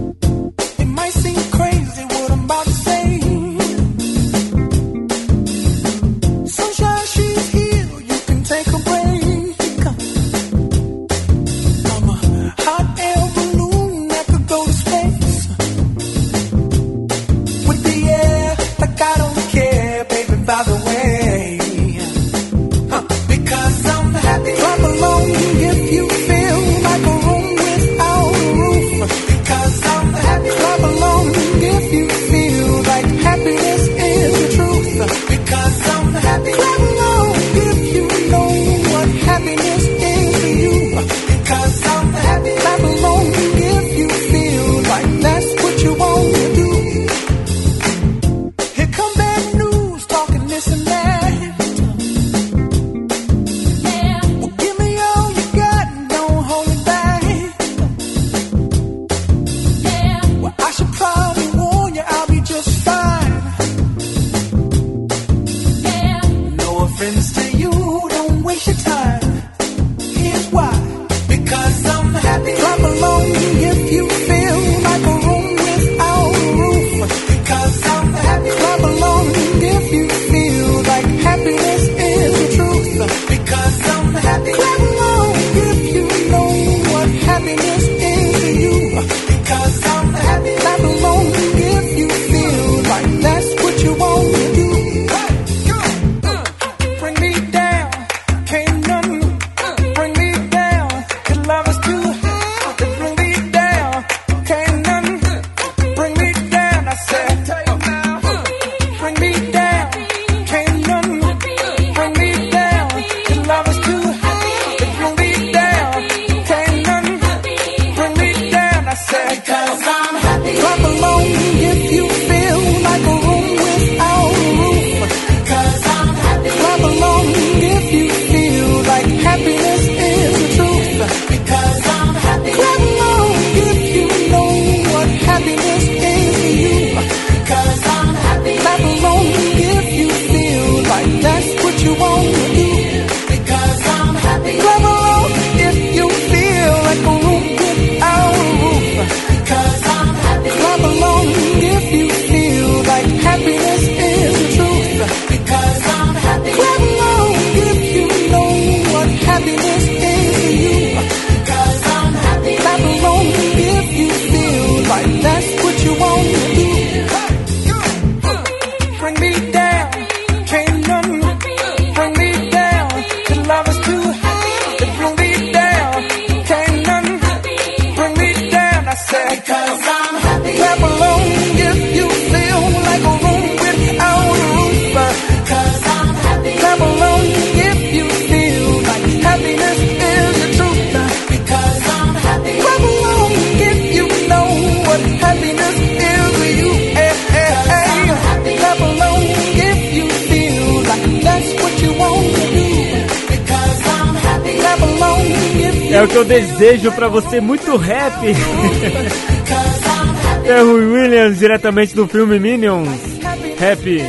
É o que eu desejo pra você, muito rap. É Rui Williams, diretamente do filme Minions. Rap.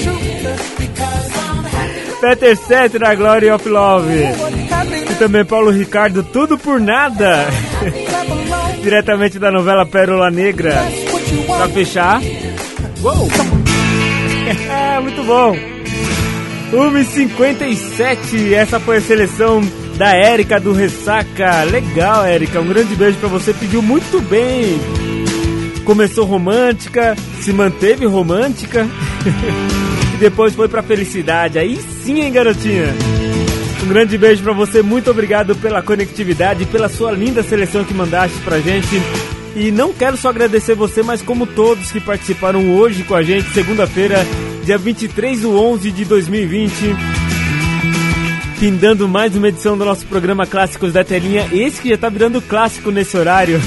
Peter Cetera, Glory of Love. E também Paulo Ricardo, Tudo por Nada. Diretamente da novela Pérola Negra. Pra fechar. Uou. É, muito bom. uma e cinquenta e sete, essa foi a seleção da Érica do Ressaca. Legal, Érica, um grande beijo pra você, pediu muito bem. Começou romântica, se manteve romântica e depois foi pra felicidade. Aí sim, hein, garotinha. Um grande beijo pra você, muito obrigado pela conectividade, pela sua linda seleção que mandaste pra gente. E não quero só agradecer você, mas como todos que participaram hoje com a gente, segunda-feira, dia vinte e três de onze de dois mil e vinte, findando mais uma edição do nosso programa Clássicos da Telinha, esse que já tá virando clássico nesse horário.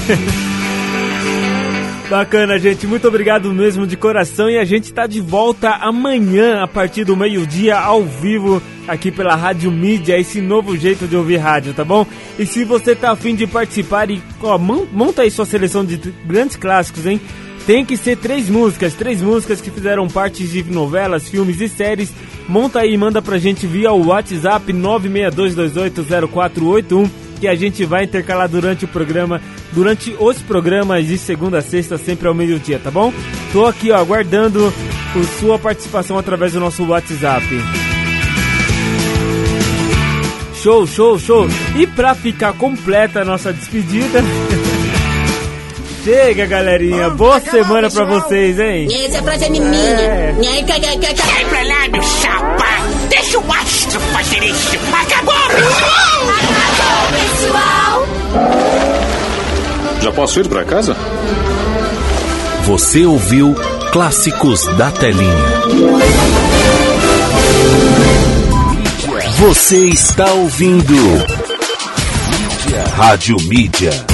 Bacana, gente, muito obrigado mesmo de coração, e a gente tá de volta amanhã a partir do meio-dia ao vivo aqui pela Rádio Mídia, esse novo jeito de ouvir rádio, tá bom? E se você tá a fim de participar, e ó, monta aí sua seleção de grandes clássicos, hein? Tem que ser três músicas, três músicas que fizeram parte de novelas, filmes e séries. Monta aí e manda pra gente via o WhatsApp nove seis dois dois oito zero quatro oito um, que a gente vai intercalar durante o programa, durante os programas de segunda a sexta, sempre ao meio-dia, tá bom? Tô aqui, ó, aguardando a sua participação através do nosso WhatsApp. Show, show, show! E pra ficar completa a nossa despedida... Chega, galerinha. Boa semana pra vocês, hein? Essa frase é minha. É. Sai pra lá, meu chapa. Deixa o astro fazer isso. Acabou, pessoal. Acabou, pessoal. Já posso ir pra casa? Você ouviu Clássicos da Telinha. Você está ouvindo Mídia. Rádio Mídia.